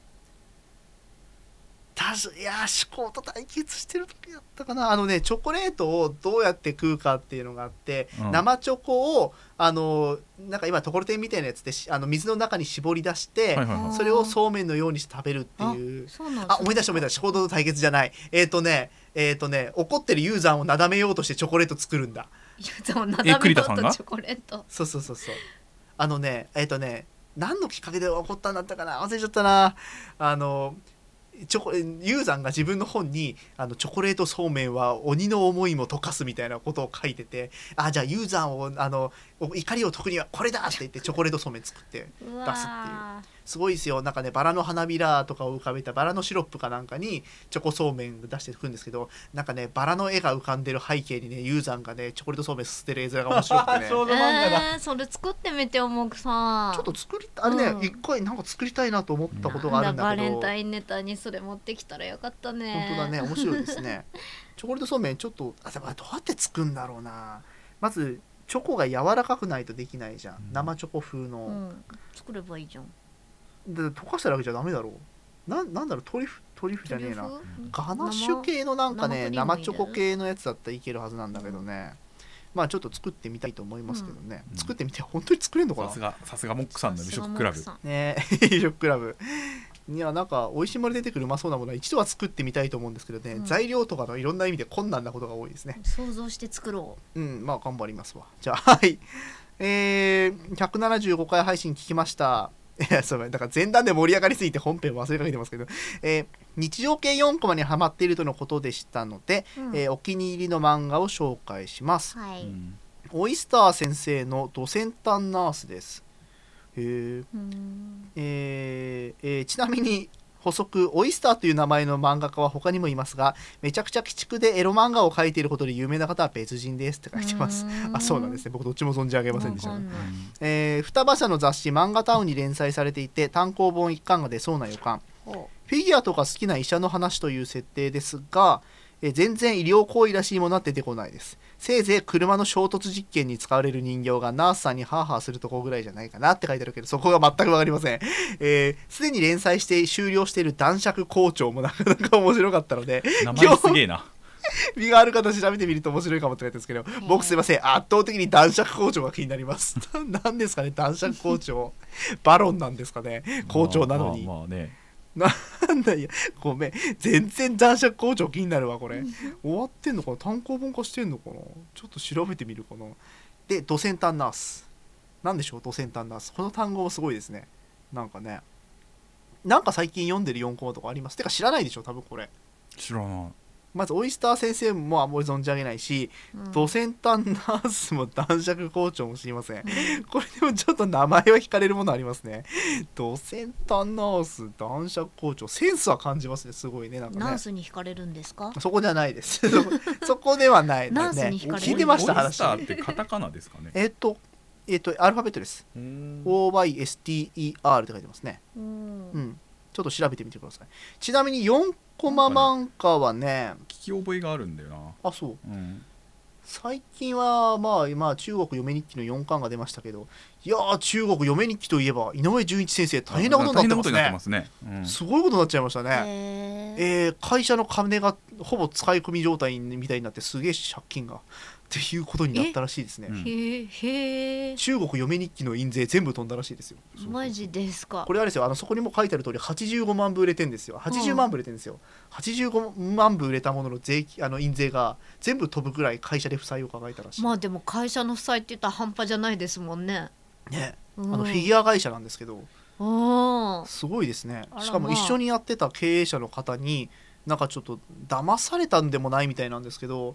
たしいやー思考と対決してる時だったかな。あのねチョコレートをどうやって食うかっていうのがあって、 うん生チョコをあのなんか今ところてんみたいなやつでしあの水の中に絞り出して、 はいはいはいそれをそうめんのようにして食べるっていう。 そうなんだあ思い出した思い出した。思考と対決じゃない。えっ、ー、とねえっ、ー、とね怒ってるユーザーをなだめようとしてチョコレート作るんだ。 ユーザーをなだめよう栗田さんがとチョコレートそうそうそうそう。あのねえっ、ー、とね何のきっかけで起こったんだったかな忘れちゃったな。あのチョコユーザーが自分の本にあのチョコレートそうめんは鬼の思いも溶かすみたいなことを書いてて、あじゃあユーザーをあの怒りを解くにはこれだって言ってチョコレートそうめん作ってう出すっていう。 わすごいですよ。なんかねバラの花びらとかを浮かべたバラのシロップかなんかにチョコそうめん出していくんですけど、なんかねバラの絵が浮かんでる背景にねユーザーがねチョコレートそうめんすすってる絵面が面白くてね少女漫画だ、 えー、それ作ってみてよモクさんちょっと作りあれねうん一、回なんか作りたいなと思ったことがあるんだけど、 バレンタインネタにそれ持ってきたらよかったね本当だね面白いですねチョコレートそうめんちょっとあでもどうやって作るんだろうな。まずチョコが柔らかくないとできないじゃん、 うん生チョコ風の、 うん作ればいいじゃんで溶かしただけじゃダメだろう。ななんだろうトリュフトリュフじゃねえな。 トリュフガナッシュ系のなんかね生生チョコ系のやつだったらいけるはずなんだけどね、まあちょっと作ってみたいと思いますけどね、 うん作ってみて本当に作れるのかなさすがさすがモックさんの美食クラブ。 さすがモクさんねえ美食クラブいやなんか美味しいもの出てくるうまそうなものは一度は作ってみたいと思うんですけどね、 うん材料とかのいろんな意味で困難なことが多いですね。 想像して作ろうんまあ頑張りますわ。じゃあはいえー、ひゃくななじゅうごかい配信聞きました。いやそうだから前段で盛り上がりすぎて本編忘れかけてますけど、えー日常系よんコマにハマっているとのことでしたので、 う、うんえーお気に入りの漫画を紹介します。 はい、 うんオイスター先生のドセンタンナースです。へーうんえーえーちなみに補足、オイスターという名前の漫画家は他にもいますが、めちゃくちゃ鬼畜でエロ漫画を描いていることで有名な方は別人ですって書いてます。 うんあ、そうなんですね。僕どっちも存じ上げませんでしたがわかんないえー双葉社の雑誌漫画タウンに連載されていて単行本いっかんが出そうな予感。 ほフィギュアとか好きな医者の話という設定ですが、えー全然医療行為らしいものは出てこないです。せいぜい車の衝突実験に使われる人形がナースさんにハーハーするところぐらいじゃないかなって書いてあるけど、そこが全く分かりません。えーすでに連載して終了している男爵校長もなかなか面白かったので名前すげえな。 身がある方調べてみると面白いかもって書いてるんですけど、僕すいません圧倒的に男爵校長が気になります何ですかね男爵校長バロンなんですかね校長なのに、 まあまあまあね。 なんだいやごめん全然男爵校長気になるわこれ終わってんのかな単行本化してんのかなちょっと調べてみるかな。でドセンタンナースなんでしょうドセンタンナースこの単語もすごいですね。なんかねなんか最近読んでるよんコマとかありますてか知らないでしょ多分これ。 知らない。 まずオイスター先生もあんまり存じ上げないし、 うんドセンタンナースも男爵校長も知りませんこれでもちょっと名前は惹かれるものありますね。ドセンタンナース男爵校長センスは感じますねすごいねなんかねナースに惹かれるんですかそこじゃないですそこそこではないナースに惹かれる聞いてましたオイスタ話ーってカタカナですかね。 えっとえっとアルファベットです。 うーんオーワイエスティーイーアール って書いてますね。 うんうんちょっと調べてみてください。ちなみによんコマ漫画はね聞き覚えがあるんだよな。 あそううん。 最近はまあまあ中国嫁日記のよんかんが出ましたけど、いやー中国嫁日記といえば井上純一先生大変なことになってます大変なことになってねますね。うんすごいことになっちゃいましたね。 へーえー会社の金がほぼ使い込み状態みたいになってすげえ借金がっていうことになったらしいですね。 うんへーへー中国嫁日記の印税全部飛んだらしいですよ。 マジですかこれはですよあのそこにも書いてある通りはちじゅうごまんぶ売れてんですよ。はちじゅうまんぶ売れてんですよ。はちじゅうごまんぶ売れたものの税金あの印税が全部飛ぶぐらい会社で負債を抱えたらしい。 まあでも会社の負債って言ったら半端じゃないですもんね。 ね、 うんあのフィギュア会社なんですけどあーすごいですねあら。 しかもまあ一緒にやってた経営者の方になんかちょっと騙されたんでもないみたいなんですけど、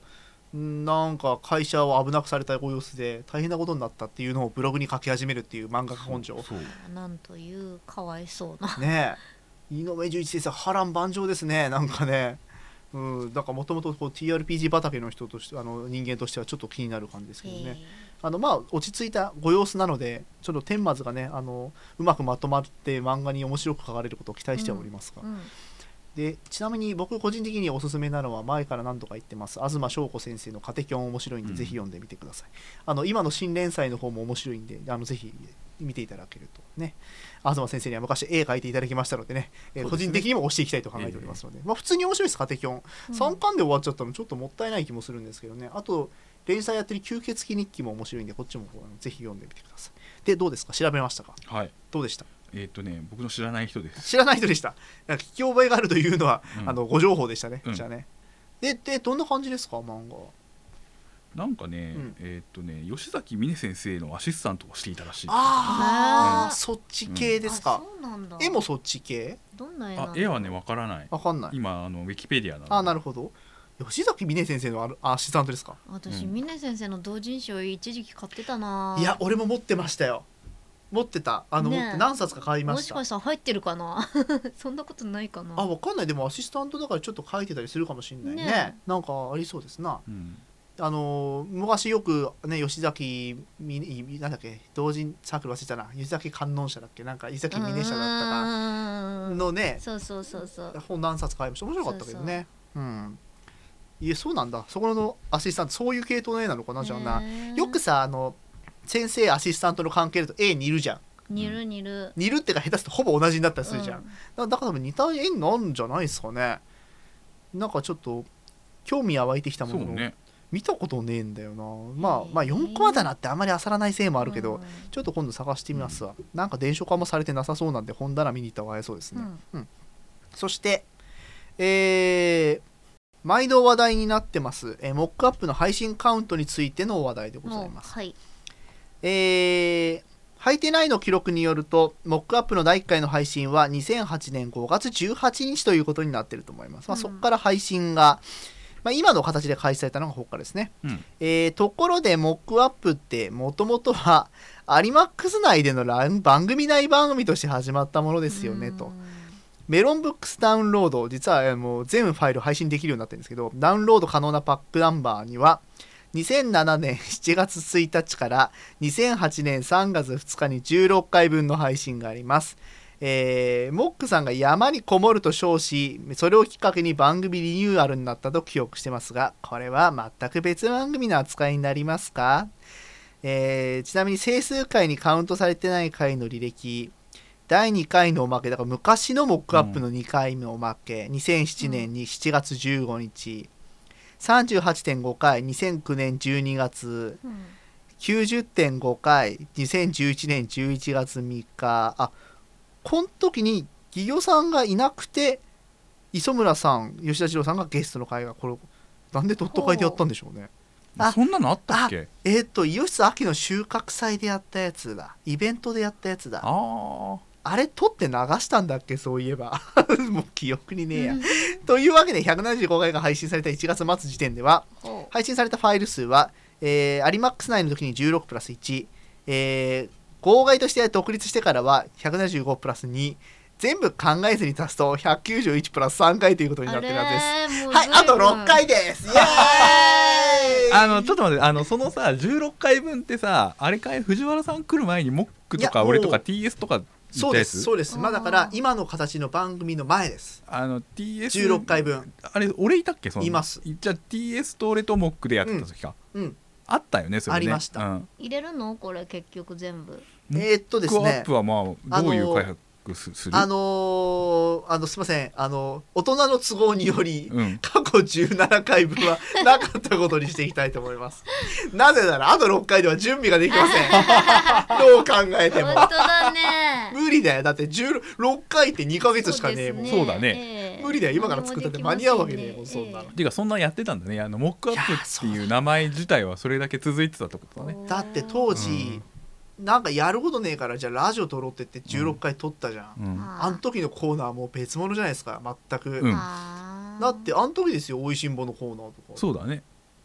なんか会社を危なくされたご様子で大変なことになったっていうのをブログに書き始めるっていう漫画家根性。 そうなんというかわいそうなねえ、井上純一先生波乱万丈ですね。なんかね、うん、なんかもともと ティーアールピージー 畑の人として、あの人間としてはちょっと気になる感じですけどね。あのまあ落ち着いたご様子なので、ちょっと天末がね、あのうまくまとまって漫画に面白く書かれることを期待しておりますが、 うんでちなみに僕個人的におすすめなのは前から何度か言ってます東翔子先生のカテキョン面白いんで、 うん、 ぜひ読んでみてください。あの今の新連載の方も面白いんで、あのぜひ見ていただけるとね。東先生には昔絵描いていただきましたのでね、えー、個人的にも推していきたいと考えておりますので、えーまあ、普通に面白いですカテキョン、うん、さんかんで終わっちゃったのちょっともったいない気もするんですけどね。あと連載やってる吸血鬼日記も面白いんで、こっちもぜひ読んでみてください。でどうですか、調べましたか？ はい、 どうでした？ えっ、ー、とね僕の知らない人です。 知らない人でした。なんか聞き覚えがあるというのは、うん、あのご情報でしたね、うん、じゃあね。ででどんな感じですか漫画？ なんかね、うん、えっ、ー、とね吉崎美音先生のアシスタントをしていたらしい。 ああ、うん、そっち系ですか、 うん、そうなんだ。 絵もそっち系？ どんな絵なんだ？ あ絵はねわからない。 わかんない。 今あのウィキペディアなの。 あ、なるほど。吉崎美音先生のアシスタントですか？ 私、うん、美音先生の同人誌を一時期買ってたな。 いや俺も持ってましたよ。持ってた。あの、ね、持って何冊か買いました。 もしかしたら入ってるかなそんなことないかな。 あ、わかんない。でもアシスタントだからちょっと書いてたりするかもしれない ね, ねなんかありそうですな、うん、あの昔よくね吉崎みなんだっけ同人サークル忘れたな、吉崎観音社だっけ、なんか吉崎峰社だったかのね、 そうそうそうそう本何冊買いました。面白かったけどね。そうそう、うん、いやそうなんだ。そこのアシスタントそういう系統の絵なのかな。じゃあな、よくさあの先生アシスタントの関係だと絵似るじゃん。 似る似る似るってか下手するとほぼ同じになったりするじゃん、うん、だ, だから多分似た絵になるんじゃないですかね。なんかちょっと興味は湧いてきたものの、ね、見たことねえんだよな。まあまあよんコマだなってあんまり漁らないせいもあるけど、うん、ちょっと今度探してみますわ、うん、なんか電書化もされてなさそうなんで本棚見に行った方が早そうですね、うんうん、そしてえー毎度話題になってます、えー、モックアップの配信カウントについての話題でございます、はい、えーはいてないの記録によるとモックアップのだいいっかいの配信はにせんはちねんごがつじゅうはちにちということになっていると思います、まあ、そこから配信が、まあ、今の形で開始されたのがここからですね、うんえー、ところでモックアップってもともとはアリマックス内での番組内番組として始まったものですよねと。メロンブックスダウンロード、実はもう全ファイル配信できるようになってるんですけど、ダウンロード可能なパックナンバーにはにせんななねんしちがつついたちからにせんはちねんさんがつふつかにじゅうろっかいぶんの配信があります。えー、モックさんが山にこもると称し、それをきっかけに番組リニューアルになったと記憶してますが、これは全く別番組の扱いになりますか？えー、ちなみに整数回にカウントされてない回の履歴、だいにかいのおまけ、だから昔のモックアップのにかいのおまけ、うん、にせんななねんにしちがつじゅうごにち、さんじゅうはちてんごかいにせんきゅうねんじゅうにがつ、うん、きゅうじゅってんごかいにせんじゅういちねんじゅういちがつみっか、あこの時に企業さんがいなくて磯村さん吉田次郎さんがゲストの会がこれなんでドット会でやったんでしょうね。 あそんなのあったっけ？ えー、っとイオシス秋の収穫祭でやったやつだ、イベントでやったやつだ。ああれ撮って流したんだっけ、そういえばもう記憶にねえやというわけでひゃくななじゅうごかいが配信されたいちがつ末時点では配信されたファイル数は、えー、アリマックス内の時にじゅうろくプラスいち、えー、号外として独立してからはひゃくななじゅうごプラスに、全部考えずに足すとひゃくきゅうじゅういちプラスさんかいということになってるはずです。はい、あとろっかいですイエーイあのちょっと待って、あのそのさじゅうろっかいぶんってさ、あれかい藤原さん来る前にモックとか俺とか ティーエス とかそうですそうです。まあだから今の形の番組の前です。 あの ティーエスじゅうろっかいぶん。 あれ俺いたっけ？そのいます。 じゃあ ティーエス と俺とモックでやってた時か、うんうん、あったよねそれね。 ありました、 うん、入れるのこれ結局全部。 えー、っとですね、 モックアップはまあどういう開発する？ あのー、あのすいません、あの大人の都合により、うん、過去じゅうななかいぶんはなかったことにしていきたいと思いますなぜならあとろっかいでは準備ができませんどう考えても本当だね無理だよ。だってじゅうろっかいってにかげつしかねえもん。 そうだね、 えー、無理だよ。今から作ったって間に合うわけねえもん、そんなの。 ていうかそんなやってたんだね。あのモックアップっていう名前自体はそれだけ続いてたってことだね。 だって当時、うんなんかやることねえからじゃあラジオ撮ろうって言ってじゅうろっかい撮ったじゃん、うん、あん時のコーナーもう別物じゃないですか全く、うん、だってあん時ですよおいしんぼのコーナーとか。 そうだね。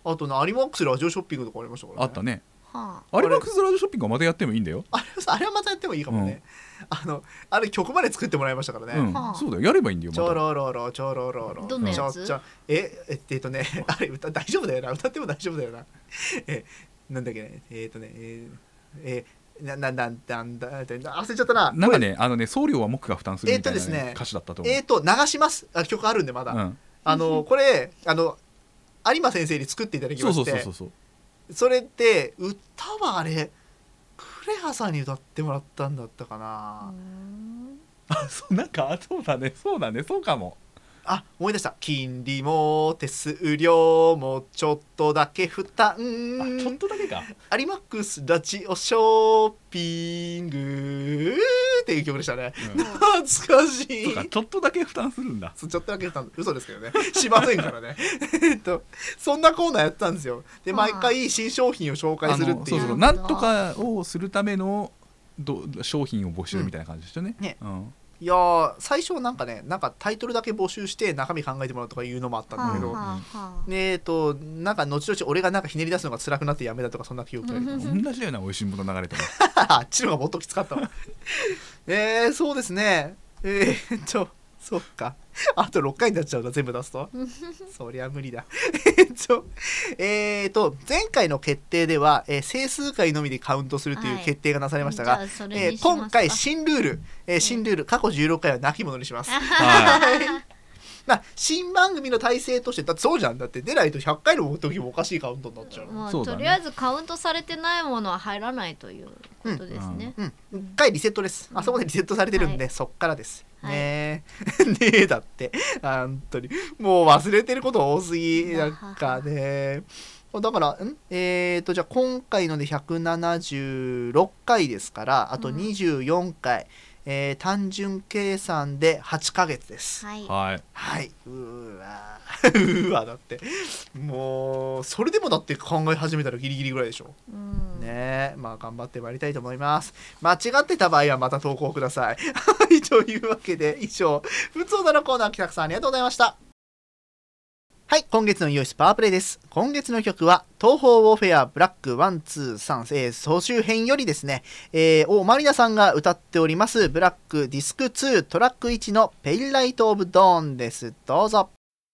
あとね有馬ックスラジオショッピングとかありましたからね。 あったね。 は有馬ックスラジオショッピングはまたやってもいいんだよ。 あれあれはまたやってもいいかもね、うん、あのあれ曲まで作ってもらいましたからね、 うんはあ、 そうだよ、やればいいんだよ。 ちょろろろちょろろろどんなやつちょちょえええっとねあれ歌大丈夫だよな、歌っても大丈夫だよなえなんだっけねえー、っとねえー、えーなななんだんだ忘れちゃったな。 なんかね、あのね、送料は僕が負担するみたいな、ねえーっとですね、 歌詞だったと思う。 えー、っと流しますあ曲あるんでまだ、うん、あのこれあの有馬先生に作っていただきまして、 そうそうそうそう、 それって歌はあれクレハさんに歌ってもらったんだったかな。 あ、そうなんかそうだねそうだねそうかも。 あ、思い出した。金利も手数料もちょっとだけ負担。あ、 ちょっとだけか。 有マックスラジオショッピングっていう曲でしたね、うん、懐かしい。 そうか、ちょっとだけ負担するんだ。 ちょっとだけ負担、嘘ですけどねしませんからねえっとそんなコーナーやってたんですよ。で毎回新商品を紹介するっていう、 そうそう、なんとかをするためのど商品を募集みたいな感じでしたね、 うん、ね、 うん、 いや最初なんかね、なんかタイトルだけ募集して中身考えてもらうとかいうのもあったんだけど、はあはあ、えっとなんか後々俺がなんかひねり出すのが辛くなってやめたとかそんな記憶があります。 同じだよな、美味しいもの流れてますあっちのがもっときつかったわえー、そうですね、えー、っとそっか、あとろっかいになっちゃうな全部出すとそりゃ無理だえっとえー、と前回の決定では、えー、整数回のみでカウントするという決定がなされましたが、はい、えー、今回新ルール、えー、新ルール過去じゅうろっかいはなきものにしますまあ、新番組の体制としてだってそうじゃん、だって出ないとひゃっかいの時もおかしいカウントになっちゃう、 まあ、 そうだね、 とりあえずカウントされてないものは入らないということですね、 うんうんうん、いっかいリセットです、うん、あそこでリセットされてるんで、はい、そっからです、はい、ねえねえだって本当にもう忘れてること多すぎなんかねだからんえーとじゃあ今回のでひゃくななじゅうろっかいですからあとにじゅうよんかい、うんえー、単純計算ではちかげつです。 はい、 はいはい、うーわーうわだってもうそれでもだって考え始めたらギリギリぐらいでしょ、うん、ねえ、まあ頑張ってまいりたいと思います。間違ってた場合はまた投稿くださいはいというわけで以上ふつおたのコーナー企画さんありがとうございました。はい、今月のイオシスパワープレイです。今月の曲は東方ウォーフェアブラックいちにさん、えー、総集編よりですね、えー、大マリナさんが歌っておりますブラックディスクツートラックいちのペイルライトオブドーンです。どうぞ。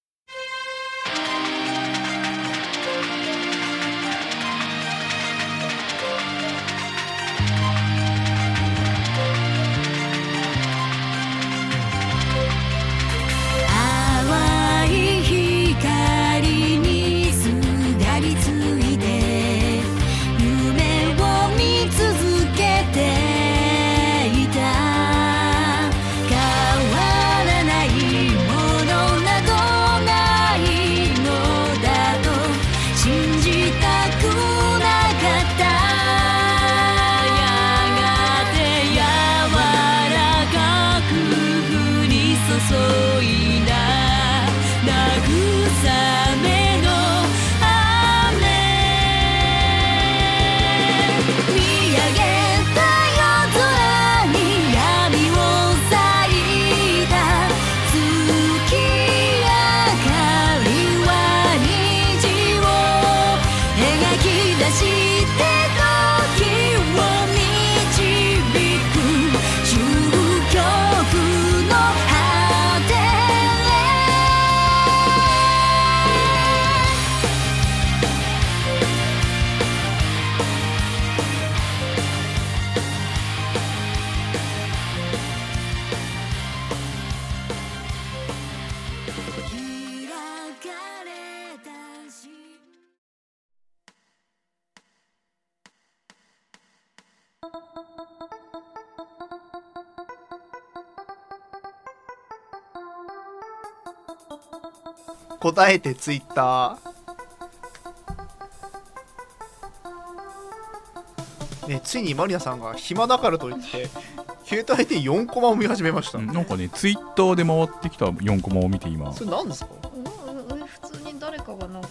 答えてツイッター、ね、ついにマリナさんが暇だからといって携帯でよんコマを見始めました、 うん、なんかねツイッターで回ってきたよんコマを見て今それ何ですか。 普通に誰かがなんかツ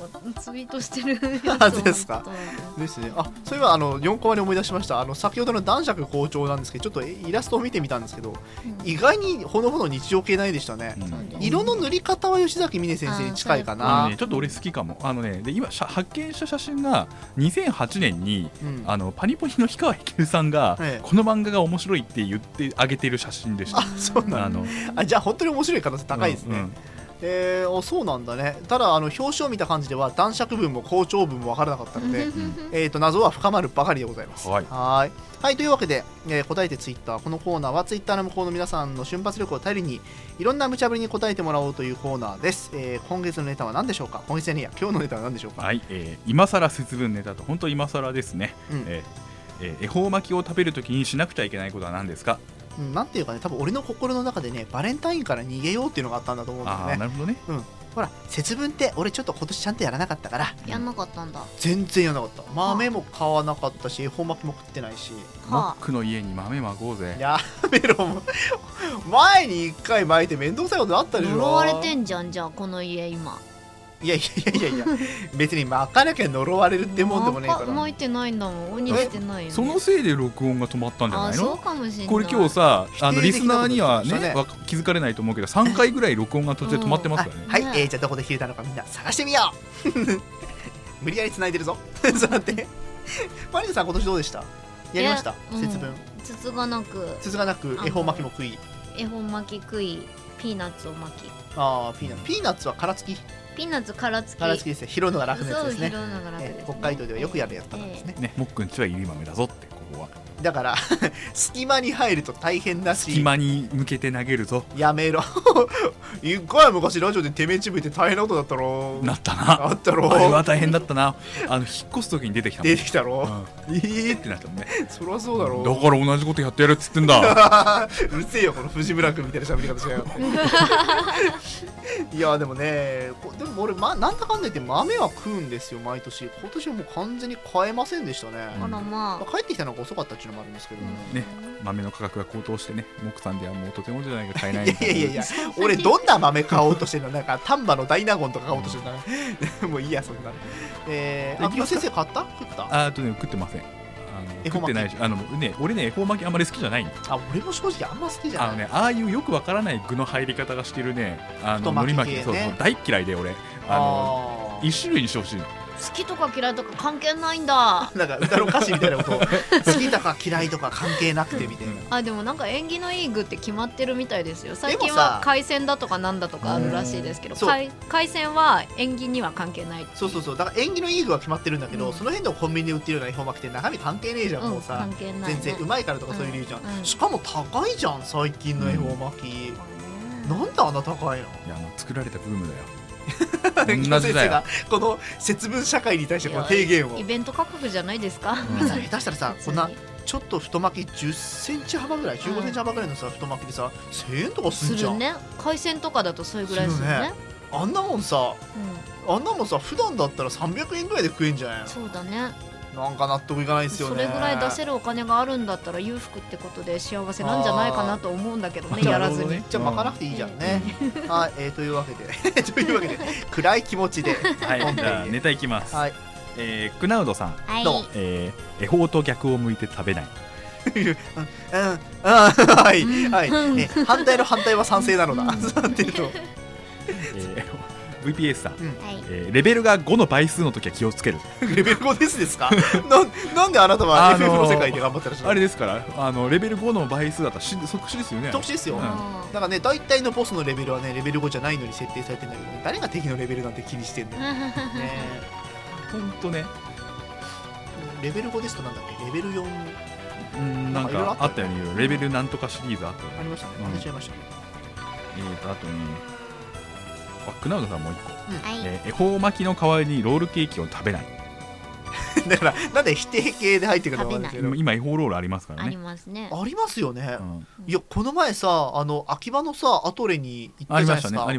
ツイートしてるやつあですかですね。あ、そういえばあのよんコマで思い出しました。あの先ほどの男爵校長なんですけど、ちょっとイラストを見てみたんですけど、うん、意外にほのぼの日常系ないでしたね、うん、色の塗り方は吉崎峰先生に近いかな、 ね、ちょっと俺好きかも。あのね、で今発見した写真がにせんはちねんに、うん、あのパニポニの氷川ひさんが、ええ、この漫画が面白いって言ってあげてる写真でした。 あ、そうなんだ。あ、じゃあ本当に面白い可能性高いですね、うんうん。えー、そうなんだね。ただあの表紙を見た感じでは男爵文も校長文も分からなかったので、うん、えーと謎は深まるばかりでございます。はい、はいはい、というわけで、えー、答えてツイッター、このコーナーはツイッターの向こうの皆さんの瞬発力を頼りにいろんな無茶ぶりに答えてもらおうというコーナーです。えー、今月のネタは何でしょうか。今月じゃねえや、今日のネタは何でしょうか。 はい、えー、今更節分ネタと本当今更ですね、うん、えーえー、恵方巻きを食べるときにしなくちゃいけないことは何ですか。 うん、なんていうかね、多分俺の心の中でね、バレンタインから逃げようっていうのがあったんだと思うんだよね。 あ、なるほどね、 うん、ほら節分って俺ちょっと今年ちゃんとやらなかったからやんなかったんだ。 全然やらなかった。豆も買わなかったし、恵方巻きも食ってないし。 マックの家に豆まこうぜ。 やめろ前にいっかい巻いて面倒くさいことあったでしょ。 呪われてんじゃん、じゃあこの家今。 いやいやいやいや別に巻かなきゃ呪われるってもんでもねえから。 巻いてないんだもん、鬼してないよね。 そのせいで録音が止まったんじゃないの。 あ、そうかもしれない。 これ今日さ、あのリスナーにはね気づかれないと思うけどさんかいぐらい録音が途中で止まってますからね、 うん、はい、えー、じゃあどこで消えたのかみんな探してみよう無理やり繋いでるぞそうやってマリナさん今年どうでした。やりました、うん、節分。 つつがなくつつがなく恵方巻きも食い、 恵方巻き食い、ピーナッツを巻き。 あー、ピーナッツ、ピーナッツは殻付き。 ピーナッツ殻付き。 殻付きですね。拾うのが楽なやつですね。 拾うのが楽ですね、 えー、北海道ではよくやるやつなんですね。 えー、ね、もっくんちはゆり豆だぞってここは。 だから隙間に入ると大変だし、 隙間に向けて投げるぞ。 やめろ一回昔ラジオでてめえちぶいて大変なことだったろ。 なったな。 あったろ。 あれは大変だったな。あの引っ越す時に出てきたもん。 出てきたろ、 うん、えーってなったもんね。 そりゃそうだろう。 だから同じことやってやるっつってんだうるせえよこの藤村君みたいな喋り方しやがっていやでもね、でも俺、ま、なんだかんだ言って豆は食うんですよ毎年。今年はもう完全に買えませんでしたね、うん、 あら、まあ、 帰ってきたのが遅かったっていうのもあるんですけど、 うん、ね、豆の価格が高騰してね、木さんではもうとてもじゃないか買えないみたいな。 いやいやいや俺どんな豆買おうとしてるの。なんか丹波の大納言とか買おうとしてるの、うん、もういいやそんな。えー、秋葉先生買った？食った？ あーとね、食ってません。食ってないし、あのね、俺ね、恵方巻きあんまり好きじゃないん。 あ、俺も正直あんま好きじゃない。 あのね、ああいうよくわからない具の入り方がしてるね、あの海苔巻き、そうそう、大嫌いで俺、あの一種類にしてほしいの。 好きとか嫌いとか関係ないんだ。 なんか歌の歌詞みたいなことを好きとか嫌いとか関係なくてみたいな。 あ、でもなんか縁起のいい具って決まってるみたいですよ。最近は海鮮だとかなんだとかあるらしいですけど、海, 海鮮は縁起には関係ない。 そうそうそう、だから縁起のいい具は決まってるんだけど、うん、その辺でコンビニで売ってるような恵方巻きって中身関係ねえじゃん、うん、もうさ、 関係ない、ね、 全然うまいからとかそういう理由じゃん、 うんうん、 しかも高いじゃん最近の恵方巻き、うん、なんであんな高いの。いや、あの作られたブームだよ同じだよ。この節分社会に対してこの提言を、 イベント価格じゃないですか、 うん、下手したらさこんなちょっと太巻きじゅっセンチ幅ぐらいじゅうごセンチ幅ぐらいのさ太巻きでさせんえんとかすんじゃん。 するね。海鮮とかだとそれぐらいするね。ね、 あんなもんさ、うん、あんなもんさ普段だったらさんびゃくえんぐらいで食えんじゃないの。 そうだね。 なんか納得いかないですよね。 それぐらい出せるお金があるんだったら裕福ってことで幸せなんじゃないかなと思うんだけどね、やらずに。 じゃあ巻かなくていいじゃんね。はい、えー、というわけでというわけで暗い気持ちではいじゃあネタいきます。はい、えー、クナウドさん、 はい、 どうも、えー、恵方と逆を向いて食べないうんうんはいはい、え反対の反対は賛成なのだっていうと、 えーブイピーエス さん、うん、えー、レベルがごの倍数の時は気をつける。 レベルごですですかな, なんであなたは エフエフ の世界で頑張ってらっしゃる。 あれですからあのレベルごの倍数だったら即死ですよね。 即死ですよ、うん、だからね大体のボスのレベルはねレベルごじゃないのに設定されてるんだけど、ね、誰が敵のレベルなんて気にしてんのね。 ほんとね。 レベルごですとなんだっけレベルよん、 うん、なんかあったよね。レベルなんとかシリーズあったよね。 ありましたね。忘れちゃいましたけど、 えーとあとねクナウドさんもう一個、 うん、 えー、恵方巻きの代わりにロールケーキを食べないだからなんで否定形で入ってくるのかですけど、 今恵方ロールありますからね。 ありますね。 ありますよね、 うん、 いやこの前さあの秋葉のさアトレに行ったじゃないですか。 ありましたね。ありましたね。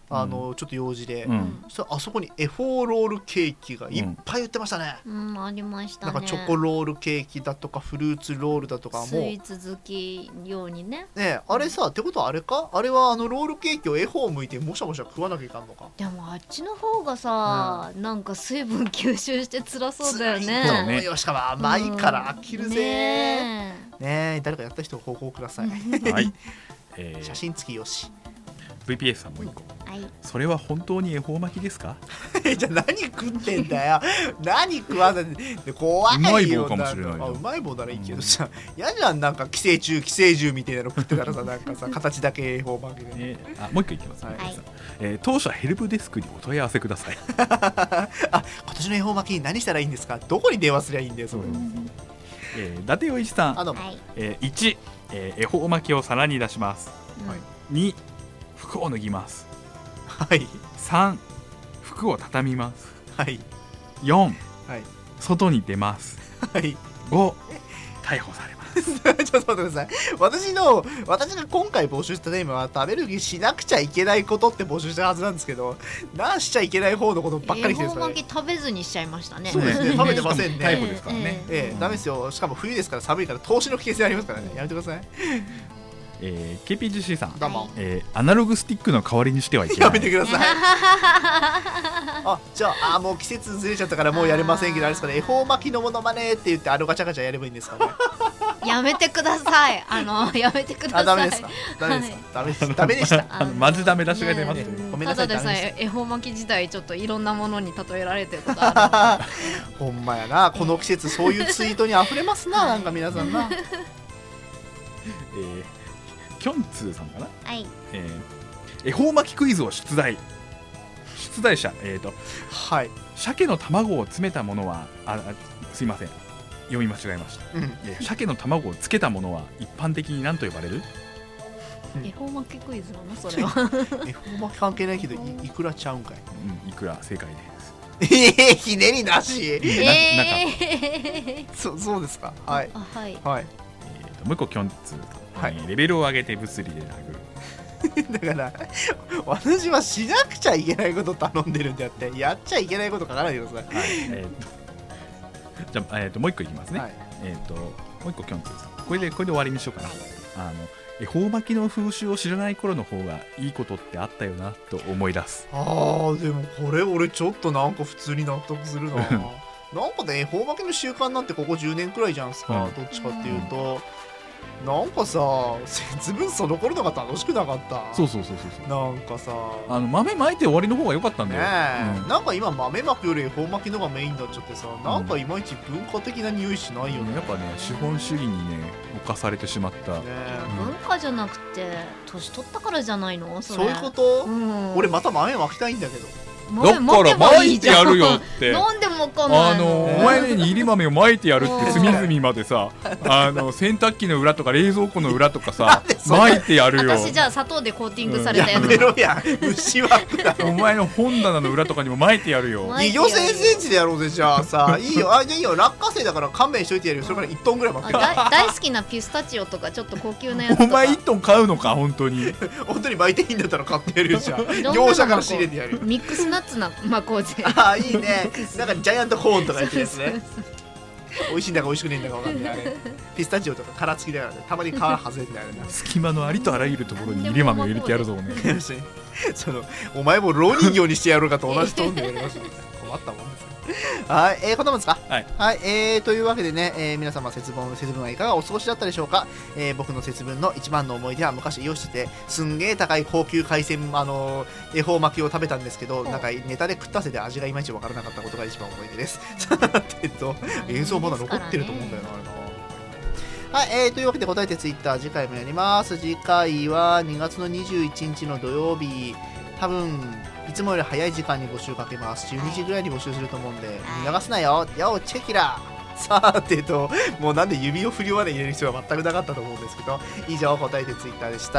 あのちょっと用事で、 うん、 そしたらあそこにエフォーロールケーキがいっぱい売ってましたね、 うん、ありましたね。 なんかチョコロールケーキだとかフルーツロールだとかもスイーツ好きようにね。 ねあれさ、ってことはあれか、あれはあのロールケーキを絵本を向いてもしゃもしゃ食わなきゃいかんのか。 でもあっちの方がさ、うん、なんか水分吸収して辛そうだよね。 そうね、しかも甘いから飽きるぜ、うん、ねえね誰かやった人報告くださいはい、えー、 写真付きよし。 ブイピーエス さんもう一個、 はい、 それは本当に恵方巻きですかじゃあ何食ってんだよ何食わないで怖いよ。 うまい棒かもしれない。 あうまい棒ならいいけどさ、嫌、うん、じゃん、なんか寄生虫寄生獣みたいなの食ってたらさなんかさ形だけ恵方巻きで、 ね、あもう一個いきます、ねはい、 えー、当社ヘルプデスクにお問い合わせくださいあ今年の恵方巻き何したらいいんですか、どこに電話すりゃいいんだよそれ、うんえー、伊達陽一さん、 あどうも、 えー、いち、えー、恵方巻きを皿に出します、 うん、 はい、に服を脱ぎます、 はい、 さん服を畳みます、 はい、 よん、 はい、 外に出ます、 はい、 ご逮捕されますちょっと待ってください。私の私が今回募集したテーマは食べる気しなくちゃいけないことって募集したはずなんですけど、なんしちゃいけない方のことばっかり来てるんですかね。 恵方巻き食べずにしちゃいましたね。 そうですね、食べてませんね。 逮捕ですからね、 ええええ、ダメですよ。しかも冬ですから寒いから投資の危険性ありますからね、やめてください。 えー、ケーピージーシー さん、 どうも、 えー、アナログスティックの代わりにしてはいけない。 やめてくださいあ、じゃあ、あもう季節ずれちゃったからもうやれませんけど、あれですかね、恵方巻きのものまねって言ってあのガチャガチャやればいいんですかね。 やめてください。あのやめてください。 あ、ダメですか。ダメですか。ダメです。ダメでした。 あのマジダメ出しが出ました、ね。 ごめんなさい。 ただでさえ恵方巻き自体ちょっといろんなものに例えられてることある。 ほんまやな。この季節そういうツイートに溢れますな。なんか皆さんな。 えー、キョンツーさんかな。 はい。 えー、恵方巻きクイズを出題。出題者、えーと、 はい。 鮭の卵を詰めたものは、あ、あすいません。読み間違えました、うん、えー、鮭の卵をつけたものは一般的に何と呼ばれる？ 恵方巻きクイズなのそれは。 恵方巻き関係ないけど い, いくらちゃうんかい。 うん、いくら正解です。 ええー、ひねりなし。 えー、 そ, そうですか。はい。 あ、はい。 はい。えーともう一個キョンツー、はい、えー、レベルを上げて物理で殴る。だから私はしなくちゃいけないこと頼んでるんであってやっちゃいけないこと書かないでください。はい。えーとじゃあ、えー、ともう一個いきますね、はい、えー、ともう一個キョンツーさん、これでこれで終わりにしようかな。あの恵方巻きの風習を知らない頃の方がいいことってあったよなと思い出す。 あーでもこれ俺ちょっとなんか普通に納得するな。なんかね恵方巻きの習慣なんてここじゅうねんくらいじゃんすか、うん、どっちかっていうと、なんかさ節分その頃のが楽しくなかった。 そうそうそうそうなんかさあの豆まいて終わりの方が良かったんだよ、 ね、うん、なんか今豆まくより恵方巻きのがメインになっちゃってさ、うん、なんかいまいち文化的な匂いしないよね、 うん、やっぱね資本主義にね侵されてしまった、ね、 うん、文化じゃなくて年取ったからじゃないの？ そ, そういうこと、うん、俺また豆まきたいんだけど。 だから巻いてやるよってなんでもかんないの。 あのお前ねに入り豆を巻いてやるって隅々までさあの洗濯機の裏とか冷蔵庫の裏とかさ巻いてやるよ。 私じゃあ砂糖でコーティングされたやつ、 うん、やめろや虫はお前の本棚の裏とかにも巻いてやるよ。 にぎょうせんセンチでやろうぜ。じゃあさいいよ、あじゃあいいよ、落花生だから勘弁しといてやるよ。それからいちトンぐらい巻く。 大好きなピスタチオとかちょっと高級なやつとか。 お前いちトン買うのか本当に本当に巻いていいんだったら買ってやるよ。じゃあ業者から仕入れてやるよ。 ミックスナッツなまあこうぜ。 ああいいね。なんかジャイアントコーンとかやってるやつね。美味しいんだか美味しくねえんだか分かんないあれ。ピスタチオとか殻付きだからね、たまに皮外れてあるな。 隙間のありとあらゆるところに入れ豆を入れてやるぞね。 そのお前も浪人形にしてやろうかと同じトーンでやりました。困ったもんですよ。はい、えー、こんなもんですか。 はい、 はい、えー、というわけでね、えー、皆様節分節分はいかがお過ごしだったでしょうか。えー、僕の節分の一番の思い出は昔イオシてすんげー高い高級海鮮あのー、恵方巻きを食べたんですけど、なんかネタで食ったせて味がいまいち分からなかったことが一番思い出です。えっと映像まだ残ってると思うんだよな、あれな。はい、えー、というわけで答えてツイッター次回もやります。次回はにがつのにじゅういちにちの土曜日、多分いつもより早い時間に募集かけます。じゅうにじぐらいに募集すると思うんで、見逃すなよ。よチェキラさてと、もうなんで指を振りまで入れる必要は全くなかったと思うんですけど、以上答えてツイッターでした。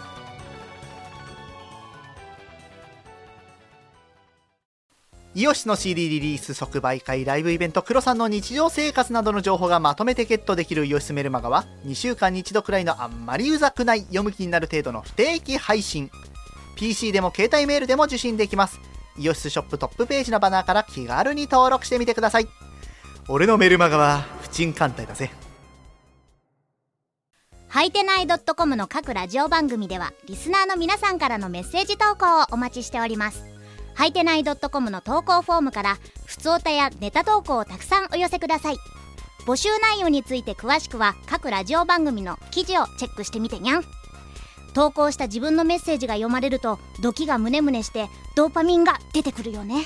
イオシの シーディー リリース即売会ライブイベントクロさんの日常生活などの情報がまとめてゲットできるイオシスメルマガはにしゅうかんにいちどくらいのあんまりうざくない読む気になる程度の不定期配信。 ピーシー でも携帯メールでも受信できます。イオシスショップトップページのバナーから気軽に登録してみてください。俺のメルマガは不沈艦隊だぜ。 はいてない .com の各ラジオ番組ではリスナーの皆さんからのメッセージ投稿をお待ちしております。はいてない .com の投稿フォームからふつおたやネタ投稿をたくさんお寄せください。募集内容について詳しくは各ラジオ番組の記事をチェックしてみてにゃん。投稿した自分のメッセージが読まれるとドキがムネムネしてドーパミンが出てくるよね。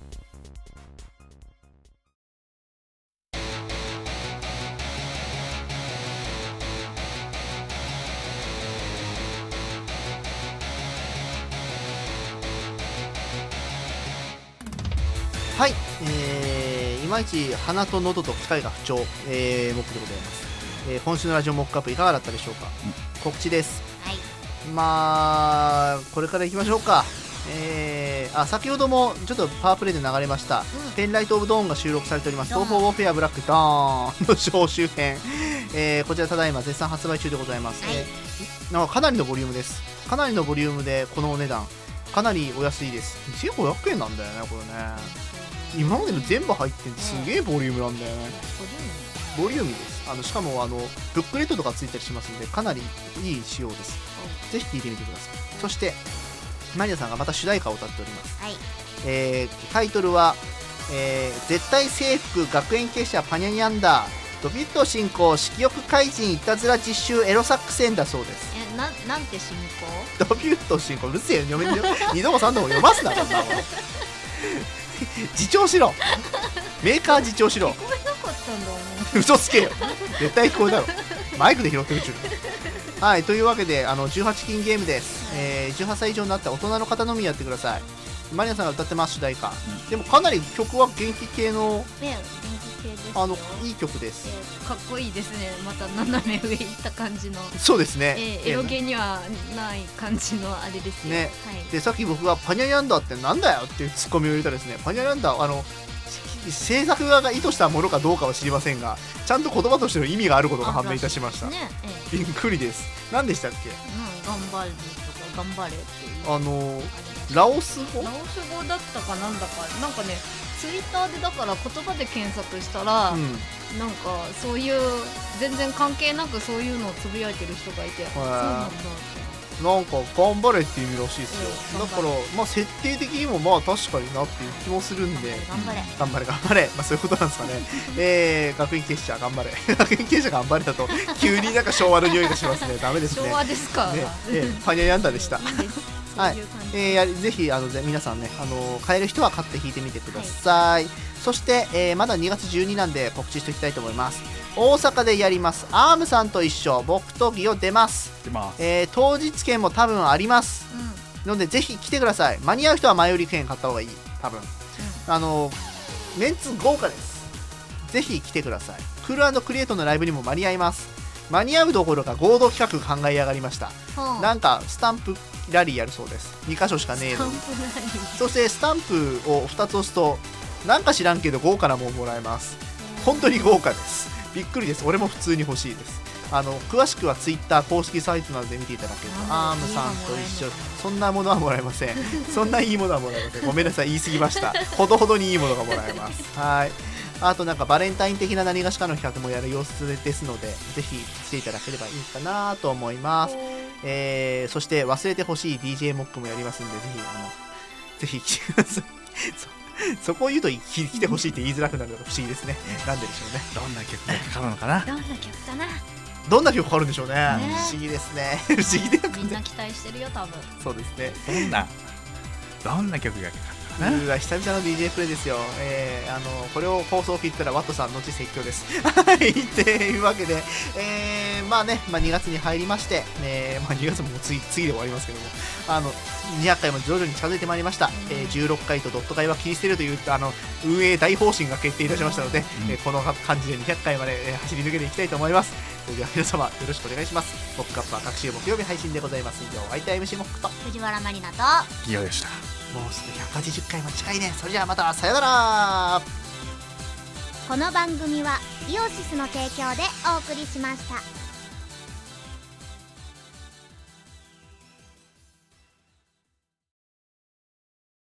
はい、えー、いまいち鼻と喉と機械が不調、えー、モックでございます、えー、今週のラジオモックアップいかがだったでしょうか、うん、告知です。 はい、 まあこれからいきましょうか。えー、あ先ほどもちょっとパワープレイで流れました、うん、ペンライトオブドーンが収録されております東方ウォーフェアブラックダーンの総集編、えー、こちらただいま絶賛発売中でございます、はい、えー、なんかかなりのボリュームです。かなりのボリュームでこのお値段かなりお安いです。にせんごひゃくえんなんだよねこれね。今までの全部入ってんすげえボリュームなんだよね。ボリューミーです。あのしかもあのブックレットとかついたりしますのでかなりいい仕様です。ぜひ聴いてみてください。そしてマリアさんがまた主題歌を歌っております、はい、えー、タイトルは、えー、絶対制服学園結社パニャニャンダードビュット進行色欲怪人いたずら実習エロサック戦だそうです。 えななんて進行ドビュット進行うるせえよ読め二度も三度も読ますなこんなもん自重しろメーカー自重しろ。 聞こえなかったんだもん嘘つけよ絶対聞こえたろマイクで拾ってるっちゅうはい、というわけであのじゅうはち禁ゲームです、えー、じゅうはっさい以上になった大人の方のみやってください。マリアさんが歌ってます主題歌、うん、でもかなり曲は元気系の、 ね、元気系ですよ。 あのいい曲です、 えー、かっこいいですね。また斜め上行った感じの。 そうですね、 えー、エロゲにはない感じのあれですよね、 はい、 でさっき僕がパニャニャンダーってなんだよっていうツッコミを入れたらですね、パニャニャンダーあの制作側が意図したものかどうかは知りませんがちゃんと言葉としての意味があることが判明いたしました、ね、ええ、びっくりです。何でしたっけ、 うん、頑張るとか頑張れっていうあのラオス語ラオス語だったかなんだかなんかねツイッターでだから言葉で検索したら、うん、なんかそういう全然関係なくそういうのをつぶやいてる人がいて、そうなんだってなんか頑張れって意味らしいですよ、うん、だからまあ設定的にもまあ確かになっていう気もするんで頑張れ頑張れ頑張れ、まあ、そういうことなんですかねえー、学園結社頑張れ学園結社頑張れだと急になんか昭和の匂いがしますねダメですね。 昭和ですか、 ねえー、パニャヤンダでしたはい、えー、やぜひあの皆さんねあの買える人は買って弾いてみてください、はい、そして、えー、まだにがつじゅうになんで告知していきたいと思います。大阪でやりますアームさんと一緒僕とギオ出ます出ます、 えー、当日券も多分あります、うん、のでぜひ来てください。間に合う人は前売り券買った方がいい多分、うん、あのメンツ豪華です。ぜひ来てください。クール&クリエイトのライブにも間に合います。間に合うどころか合同企画考え上がりました、うん、なんかスタンプラリーやるそうです。にかしょしかねえのにそしてスタンプをふたつ押すとなんか知らんけど豪華なもんもらえます。本当に豪華です。びっくりです。俺も普通に欲しいです。あの詳しくはツイッター公式サイトなどで見ていただけるとアームさんと一緒そんなものはもらえませんそんないいものはもらえません。ごめんなさい言い過ぎました。ほどほどにいいものがもらえます。はい、あとなんかバレンタイン的な何がしかの企画もやる様子ですのでぜひ来ていただければいいかなと思います。えー、そして忘れてほしい ディージェー モックもやりますんでぜひあのぜひ来てくださいそこを言うと来てほしいって言いづらくなるのが不思議ですね。なんででしょうね。 どんな曲がかかるのかなどんな曲かなどんな曲かかるんでしょうね。 ね不思議ですね不思議でみんな期待してるよ多分。 そうですね。 どんなどんな曲がかかるうわ久々の ディージェー プレイですよ、えー、あのこれを放送を聞いたらワットさん後説教ですはいというわけで、えー、まあね、まあ、にがつに入りまして、えーまあ、にがつももう次次で終わりますけどもあのにひゃっかいも徐々に近づいてまいりました、うんえー、じゅうろっかいとドット会は切り捨てるというあの運営大方針が決定いたしましたので、うんえー、この感じでにひゃっかいまで、えー、走り抜けていきたいと思います。それでは皆様よろしくお願いします。モックアップは各週木曜日配信でございます。以上相手 エムシー モックと藤原マリナとギオでした。 もうすぐひゃくはちじゅっかいも近いね。それじゃあまたさよなら。 この番組はイオシスの提供でお送りしました。